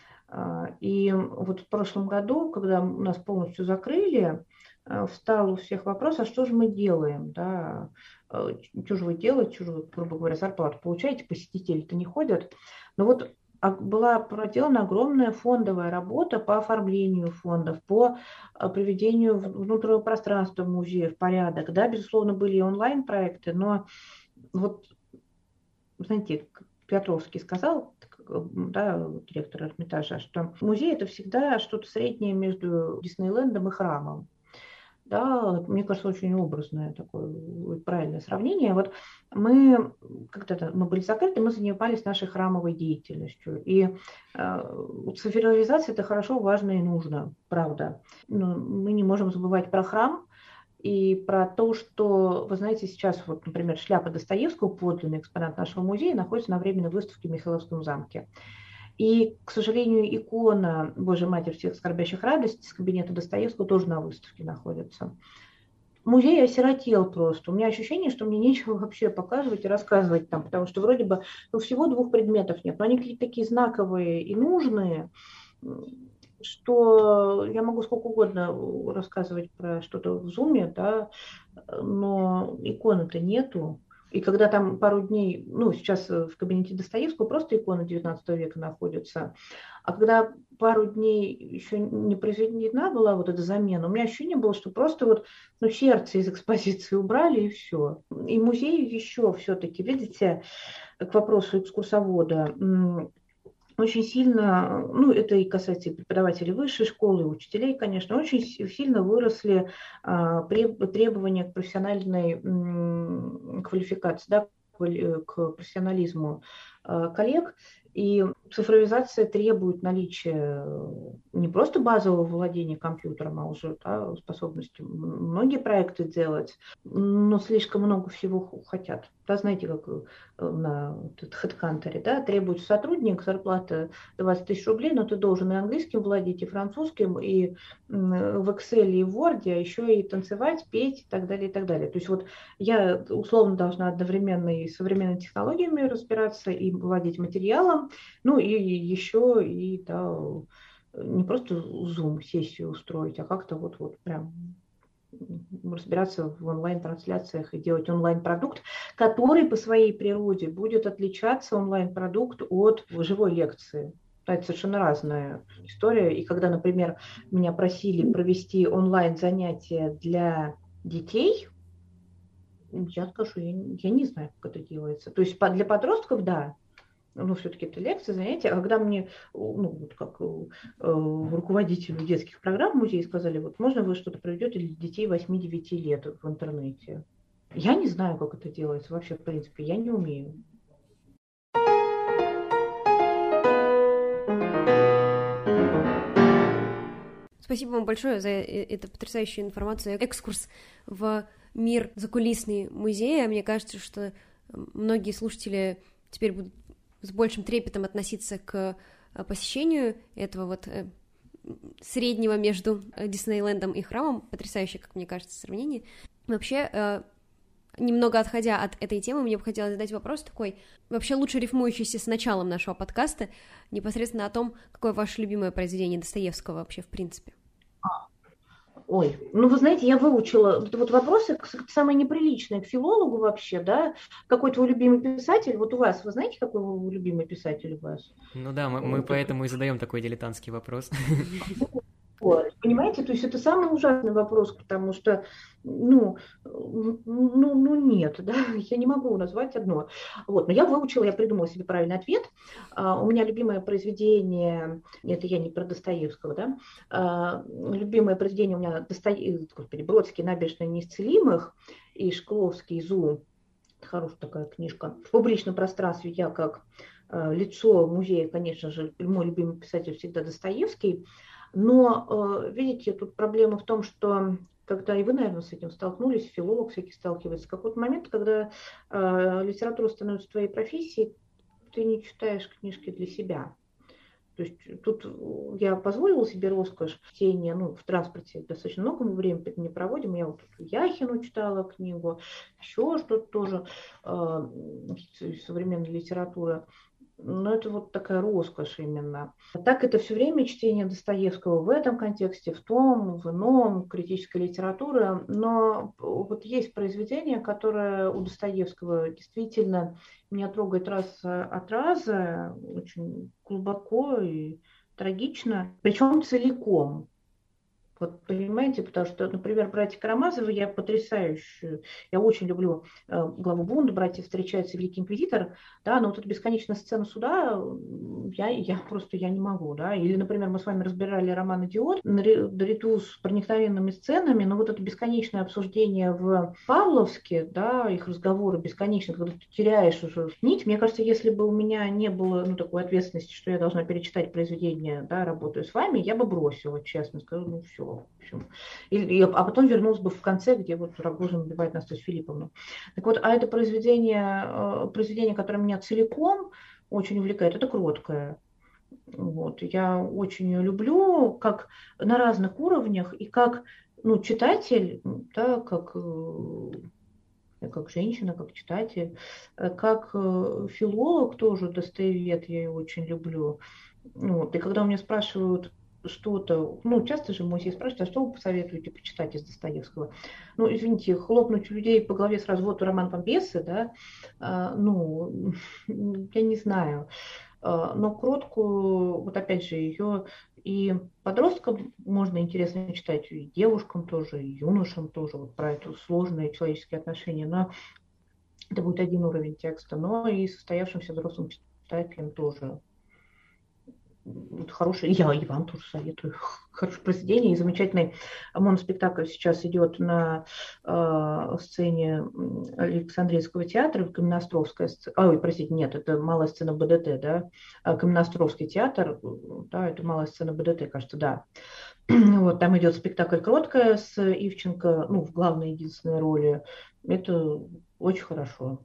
И вот в прошлом году, когда нас полностью закрыли, встал у всех вопрос, а что же мы делаем? Да? Что же вы делаете, что же вы, грубо говоря, зарплату получаете, посетители-то не ходят. Но вот была проделана огромная фондовая работа по оформлению фондов, по приведению внутреннего пространства музея в порядок. Да, безусловно, были и онлайн-проекты, но вот, знаете, Петровский сказал, да, директор Эрмитажа, что музей – это всегда что-то среднее между Диснейлендом и храмом. Да, мне кажется, очень образное такое правильное сравнение. Вот мы, когда мы были закрыты, мы занимались нашей храмовой деятельностью. И э, цифровизация – это хорошо, важно и нужно, правда. Но мы не можем забывать про храм и про то, что, вы знаете, сейчас, вот, например, шляпа Достоевского, подлинный экспонат нашего музея, находится на временной выставке в Михайловском замке. И, к сожалению, икона Божьей Матери всех скорбящих радостей из кабинета Достоевского тоже на выставке находится. Музей осиротел просто. У меня ощущение, что мне нечего вообще показывать и рассказывать там, потому что вроде бы ну, всего двух предметов нет, но они какие-то такие знаковые и нужные, что я могу сколько угодно рассказывать про что-то в зуме, да, но иконы-то нету. И когда там пару дней, ну, сейчас в кабинете Достоевского просто икона девятнадцатого века находится, а когда пару дней еще не произведена была вот эта замена, у меня ощущение было, что просто вот ну, сердце из экспозиции убрали и все. И музей еще все-таки, видите, к вопросу экскурсовода, очень сильно, ну это и касается и преподавателей высшей школы, и учителей, конечно, очень сильно выросли а, требования к профессиональной м, квалификации, да, к профессионализму а, коллег. И цифровизация требует наличия не просто базового владения компьютером, а уже да, способности многие проекты делать, но слишком много всего хотят. Да, знаете, как на HeadHunter, да, требуется сотрудник, зарплата двадцать тысяч рублей, но ты должен и английским владеть, и французским, и в Excel, и в Word, а еще и танцевать, петь и так далее, и так далее. То есть вот я условно должна одновременно и современными технологиями разбираться, и владеть материалом, ну и еще и да, не просто Zoom-сессию устроить, а как-то вот, вот прям разбираться в онлайн-трансляциях и делать онлайн-продукт, который по своей природе будет отличаться онлайн-продукт от живой лекции. Это совершенно разная история. И когда, например, меня просили провести онлайн-занятия для детей, я скажу, я, я не знаю, как это делается. То есть для подростков, да, ну, все-таки это лекции, занятия. А когда мне, ну, вот как э, руководителю детских программ в музее сказали, вот можно вы что-то проведете для детей восьми-девяти лет в интернете? Я не знаю, как это делается вообще, в принципе, я не умею. Спасибо вам большое за эту потрясающую информацию, экскурс в мир закулисный музея. Мне кажется, что многие слушатели теперь будут с большим трепетом относиться к посещению этого вот среднего между Диснейлендом и храмом. Потрясающее, как мне кажется, сравнение. Вообще, немного отходя от этой темы, мне бы хотелось задать вопрос такой, вообще лучше рифмующийся с началом нашего подкаста, непосредственно о том, какое ваше любимое произведение Достоевского вообще в принципе. Ой, ну вы знаете, я выучила вот вопросы самые неприличные к филологу вообще, да, какой твой любимый писатель, вот у вас, вы знаете, какой вы любимый писатель у вас? Ну да, мы, мы поэтому и задаем такой дилетантский вопрос. Вот. Понимаете, то есть это самый ужасный вопрос, потому что, ну, ну, ну нет, да, я не могу назвать одно. Вот, но я выучила, я придумала себе правильный ответ. А, у меня любимое произведение, это я не про Достоевского, да, а, любимое произведение у меня Достоевский, господи, Бродский, «Набережная неисцелимых» и Шкловский «Зу». Хорошая такая книжка. В публичном пространстве я как э, лицо музея, конечно же, мой любимый писатель всегда Достоевский. Но, э, видите, тут проблема в том, что когда и вы, наверное, с этим столкнулись, филолог всякий сталкивается, в какой-то момент, когда э, литература становится твоей профессией, ты не читаешь книжки для себя. То есть тут я позволила себе роскошь чтения, ну, в транспорте достаточно много мы времени не проводим. Я вот Яхину читала книгу, еще что-то тоже, э, современная литература. Но это вот такая роскошь именно. А так это все время чтение Достоевского в этом контексте, в том, в ином, критической литературы. Но вот есть произведение, которое у Достоевского действительно меня трогает раз от раза, очень глубоко и трагично, причем целиком. Вот понимаете, потому что, например, братья Карамазовы, я потрясающую, я очень люблю э, главу Бунда, братья встречаются, Великий Инквизитор, да, но вот эта бесконечная сцена суда, я, я просто, я не могу, да, или, например, мы с вами разбирали роман «Идиот», наряду с проникновенными сценами, но вот это бесконечное обсуждение в Павловске, да, их разговоры бесконечно, когда ты теряешь уже нить, мне кажется, если бы у меня не было, ну, такой ответственности, что я должна перечитать произведение, да, работаю с вами, я бы бросила, честно скажу, ну, все. В общем. И, и, а потом вернулась бы в конце, где вот Рогожин убивает Настасью Филипповну. Так вот, а это произведение, произведение, которое меня целиком очень увлекает, это «Кроткое». Вот. Я очень ее люблю, как на разных уровнях, и как, ну, читатель, да, как, как женщина, как читатель, как филолог тоже, достоевед, я ее очень люблю. Вот. И когда у меня спрашивают что-то, ну, часто же музей спрашивают, а что вы посоветуете почитать из Достоевского? Ну, извините, хлопнуть людей по голове сразу, вот роман «Помпесы», да, а, ну, я не знаю. А, но «Кроткую», вот опять же, ее и подросткам можно интересно читать, и девушкам тоже, и юношам тоже, вот про это сложные человеческие отношения, но это будет один уровень текста, но и состоявшимся взрослым читателям тоже. Хороший, я и вам тоже советую, хорошее произведение, и замечательный моноспектакль сейчас идет на э, сцене Александрийского театра, Каменноостровская сцена, ой, простите, нет, это малая сцена БДТ, да, Каменноостровский театр, да, это малая сцена БДТ, кажется, да. Вот, там идет спектакль «Кроткая» с Ивченко, ну, в главной единственной роли, это очень хорошо.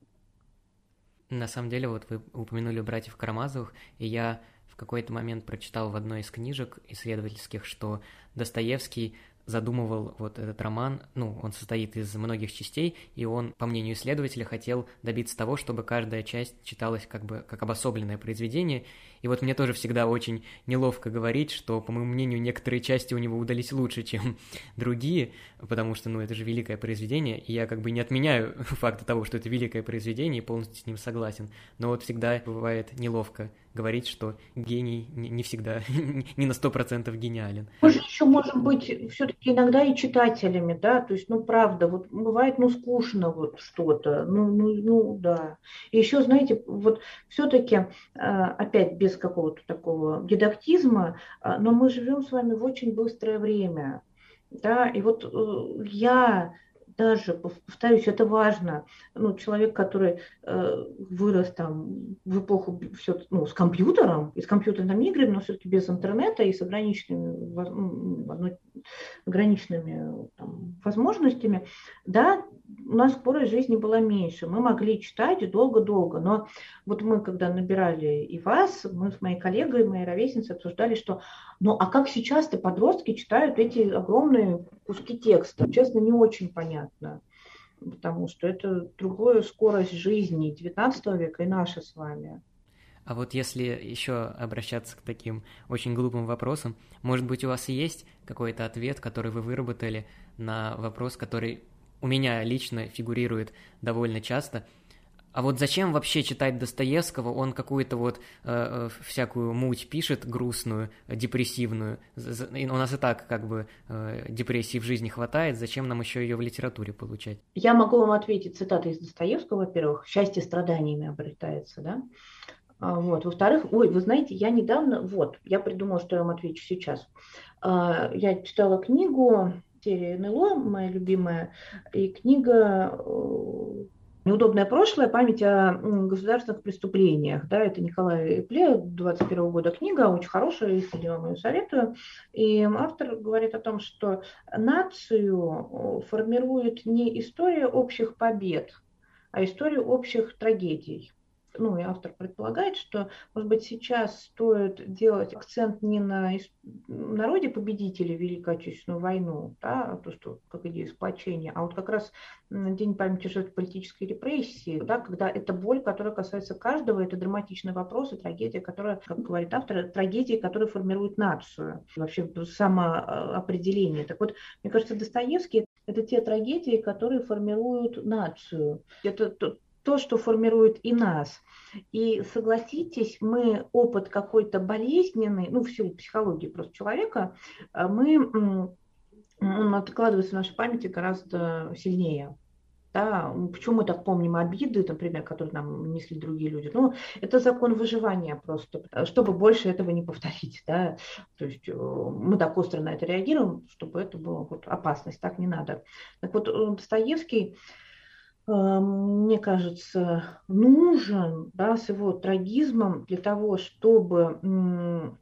На самом деле, вот вы упомянули братьев Карамазовых, и я в какой-то момент прочитал в одной из книжек исследовательских, что Достоевский задумывал вот этот роман, ну, он состоит из многих частей, и он, по мнению исследователя, хотел добиться того, чтобы каждая часть читалась как бы как обособленное произведение. И вот мне тоже всегда очень неловко говорить, что, по моему мнению, некоторые части у него удались лучше, чем другие, потому что, ну, это же великое произведение, и я как бы не отменяю факта того, что это великое произведение, и полностью с ним согласен, но вот всегда бывает неловко говорить, что гений не всегда, не на сто процентов гениален. Мы же еще можем быть все-таки иногда и читателями, да, то есть, ну, правда, вот бывает, ну, скучно вот что-то, ну, ну, ну, да. И еще, знаете, вот все-таки, опять без какого-то такого дидактизма, но мы живем с вами в очень быстрое время, да, и вот я... Даже, повторюсь, это важно. Ну, человек, который э, вырос там в эпоху все, ну, с компьютером, и с компьютерными играми, но все-таки без интернета и с ограниченными, ну, ограниченными там, возможностями, да, у нас скорость жизни была меньше. Мы могли читать долго-долго. Но вот мы, когда набирали и вас, мы с моей коллегой, моей ровесницей обсуждали, что ну, а как сейчас-то подростки читают эти огромные куски текста? Честно, не очень понятно, потому что это другая скорость жизни девятнадцатого века и наша с вами. А вот если еще обращаться к таким очень глупым вопросам, может быть, у вас и есть какой-то ответ, который вы выработали на вопрос, который у меня лично фигурирует довольно часто. А вот зачем вообще читать Достоевского? Он какую-то вот э, всякую муть пишет грустную, депрессивную. У нас и так как бы э, депрессии в жизни хватает. Зачем нам еще ее в литературе получать? Я могу вам ответить цитатой из Достоевского, во-первых. «Счастье страданиями обретается», да? Вот. Во-вторых, ой, вы знаете, я недавно, вот, я придумала, что я вам отвечу сейчас. Я читала книгу, серия эн эл о, моя любимая, и книга «Неудобное прошлое. Память о государственных преступлениях». Да, это Николай Пле, двадцать первого года книга, очень хорошая, если я вам ее советую. И автор говорит о том, что нацию формирует не история общих побед, а история общих трагедий. Ну, и автор предполагает, что, может быть, сейчас стоит делать акцент не на народе победителей в Великую Отечественную войну, да, то, что как идея сплочения, а вот как раз на День памяти жертв политической репрессии, да, когда это боль, которая касается каждого, это драматичный вопрос и трагедия, которая, как говорит автор, трагедия, которая формирует нацию, вообще самоопределение. Так вот, мне кажется, Достоевский – это те трагедии, которые формируют нацию. Это то, что формирует и нас. И согласитесь, мы опыт какой-то болезненный, ну, в силу психологии просто человека, мы, он откладывается в нашей памяти гораздо сильнее. Да, почему мы так помним обиды, например, которые нам несли другие люди? Ну, это закон выживания просто, чтобы больше этого не повторить. Да? То есть мы так остро на это реагируем, чтобы это была вот опасность, так не надо. Так вот, Достоевский, мне кажется, нужен, да, с его трагизмом для того, чтобы, ну,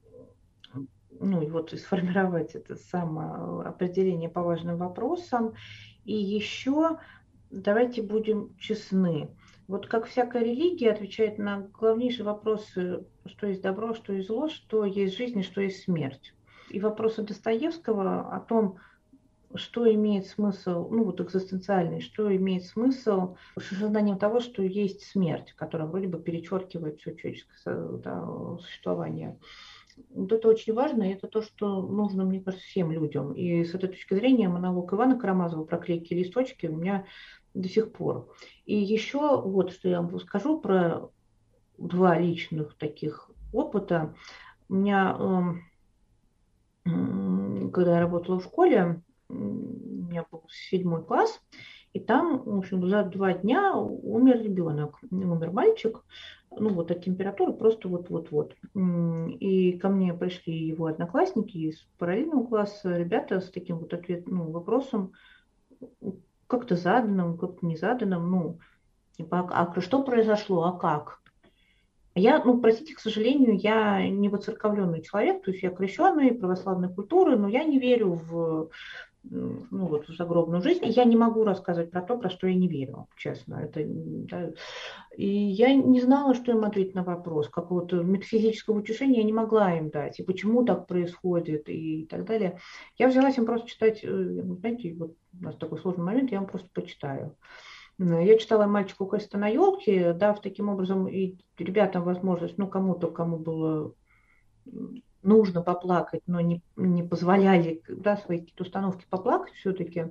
и вот сформировать это самоопределение по важным вопросам. И еще давайте будем честны. Вот как всякая религия отвечает на главнейшие вопросы, что есть добро, что есть зло, что есть жизнь и что есть смерть. И вопросы Достоевского о том, что имеет смысл, ну вот экзистенциальный, что имеет смысл с осознанием того, что есть смерть, которая вроде бы перечеркивает все человеческое, да, существование. Вот это очень важно, и это то, что нужно, мне кажется, всем людям. И с этой точки зрения монолог Ивана Карамазова про клейкие листочки у меня до сих пор. И еще вот что я вам скажу про два личных таких опыта. У меня, когда я работала в школе, у меня был седьмой класс, и там, в общем, за два дня умер ребенок, умер мальчик, ну вот от температуры просто вот-вот-вот. И ко мне пришли его одноклассники из параллельного класса, ребята с таким вот ответ, ну, вопросом, как-то заданным, как-то не заданным, ну, типа, а что произошло, а как? Я, ну, простите, к сожалению, я не воцерковленный человек, то есть я крещеный, православной культуры, но я не верю в, ну, вот, в загробную жизнь. Я не могу рассказывать про то, про что я не верю, честно. Это, да. И я не знала, что им ответить на вопрос. Какого-то метафизического утешения я не могла им дать. И почему так происходит, и так далее. Я взялась им просто читать, знаете, вот у нас такой сложный момент, я вам просто почитаю. Я читала «Мальчик укрылся на елке», дав таким образом и ребятам возможность, ну, кому-то, кому было нужно поплакать, но не, не позволяли, да, свои какие-то установки поплакать все-таки,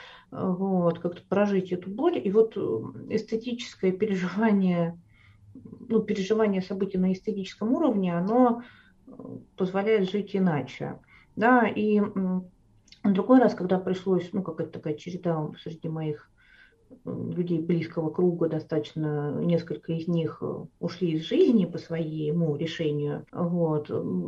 вот, как-то прожить эту боль. И вот эстетическое переживание, ну, переживание событий на эстетическом уровне, оно позволяет жить иначе. Да, и другой раз, когда пришлось, ну, какая-то такая череда среди моих людей близкого круга, достаточно, несколько из них ушли из жизни по своему решению, вот,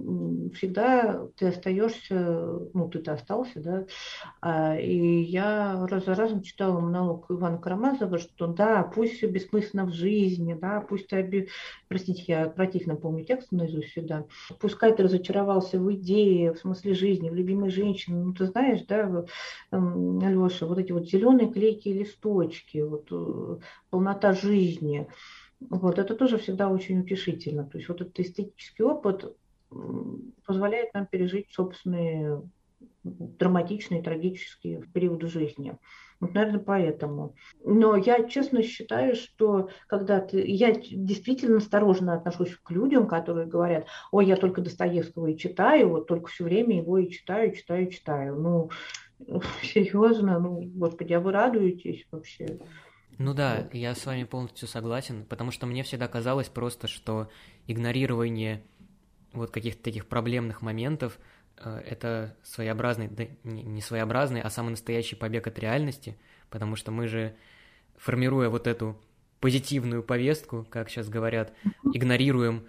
всегда ты остаешься, ну, ты-то остался, да, и я раз за разом читала монолог Ивана Карамазова, что да, пусть все бессмысленно в жизни, да, пусть ты, простите, я противно помню текст наизусть всегда, пускай ты разочаровался в идее, в смысле жизни, в любимой женщине, ну, ты знаешь, да, Алеша, вот эти вот зеленые клейкие листочки, вот, полнота жизни. Вот, это тоже всегда очень утешительно. То есть вот этот эстетический опыт позволяет нам пережить собственные драматичные, трагические периоды жизни. Вот, наверное, поэтому. Но я честно считаю, что когда ты... Я действительно осторожно отношусь к людям, которые говорят, ой, я только Достоевского и читаю, вот только все время его и читаю, читаю, читаю. Ну, серьезно, ну, господи, а вы радуетесь вообще? Ну да, я с вами полностью согласен, потому что мне всегда казалось просто, что игнорирование вот каких-то таких проблемных моментов э, это своеобразный, да не, не своеобразный, а самый настоящий побег от реальности, потому что мы же, формируя вот эту позитивную повестку, как сейчас говорят, игнорируем,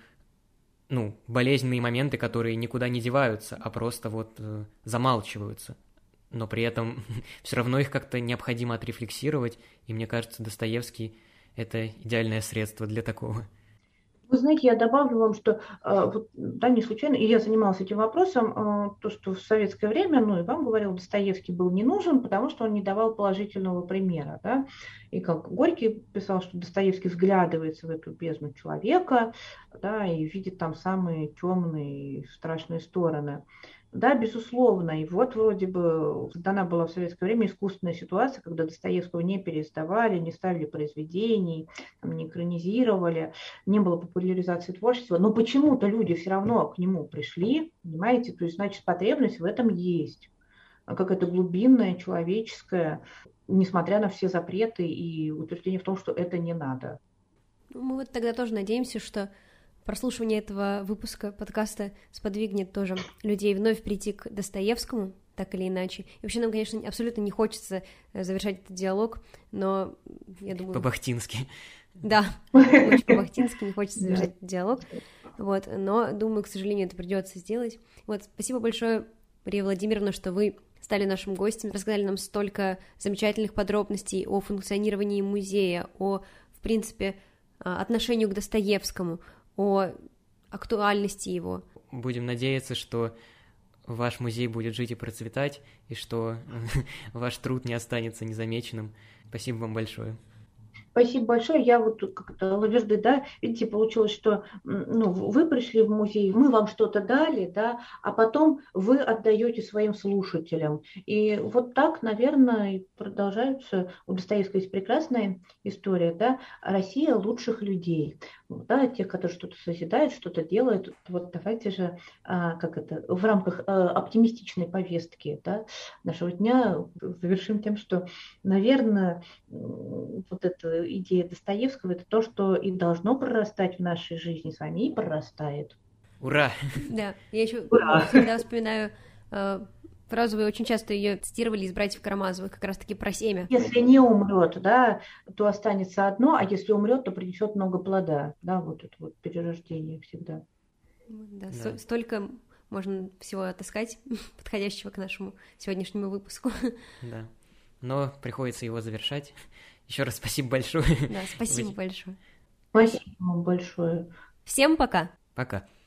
ну, болезненные моменты, которые никуда не деваются, а просто вот э, замалчиваются. Но при этом все равно их как-то необходимо отрефлексировать, и мне кажется, Достоевский — это идеальное средство для такого. Вы знаете, я добавлю вам, что э, вот, да, не случайно, и я занималась этим вопросом, э, то, что в советское время, ну и вам говорил, Достоевский был не нужен, потому что он не давал положительного примера. Да? И как Горький писал, что Достоевский вглядывается в эту бездну человека, да, и видит там самые темные и страшные стороны. Да, безусловно. И вот вроде бы создана была в советское время искусственная ситуация, когда Достоевского не переиздавали, не ставили произведений, там, не экранизировали, не было популяризации творчества, но почему-то люди все равно к нему пришли, понимаете, то есть, значит, потребность в этом есть, какая-то глубинная, человеческая, несмотря на все запреты и утверждения в том, что это не надо. Мы вот тогда тоже надеемся, что прослушивание этого выпуска подкаста сподвигнет тоже людей вновь прийти к Достоевскому, так или иначе. И вообще нам, конечно, абсолютно не хочется завершать этот диалог, но я думаю... По-бахтински. Да, очень по-бахтински, не хочется завершать этот диалог, вот, но, думаю, к сожалению, это придется сделать. Вот, спасибо большое, Мария Владимировна, что вы стали нашим гостем, рассказали нам столько замечательных подробностей о функционировании музея, о, в принципе, отношению к Достоевскому, о актуальности его. Будем надеяться, что ваш музей будет жить и процветать, и что ваш труд не останется незамеченным. Спасибо вам большое. Спасибо большое. Я вот как-то лаверды, да, видите, получилось, что ну, вы пришли в музей, мы вам что-то дали, да, а потом вы отдаете своим слушателям. И вот так, наверное, продолжаются. У Достоевского есть прекрасная история, да, Россия лучших людей, да, тех, которые что-то созидают, что-то делают. Вот давайте же, как это, в рамках оптимистичной повестки, да, нашего дня завершим тем, что, наверное, вот это идея Достоевского — это то, что и должно прорастать в нашей жизни с вами, и прорастает. Ура! Да, я еще всегда вспоминаю э, фразу, вы очень часто ее цитировали из «Братьев Карамазовых», как раз-таки про семя. Если не умрет, да, то останется одно, а если умрет, то принесет много плода. Да, вот это вот перерождение всегда. Да, да. Столько можно всего отыскать, подходящего к нашему сегодняшнему выпуску. Да, но приходится его завершать. Еще раз спасибо большое. Да, спасибо большое. Спасибо вам большое. Всем пока. Пока.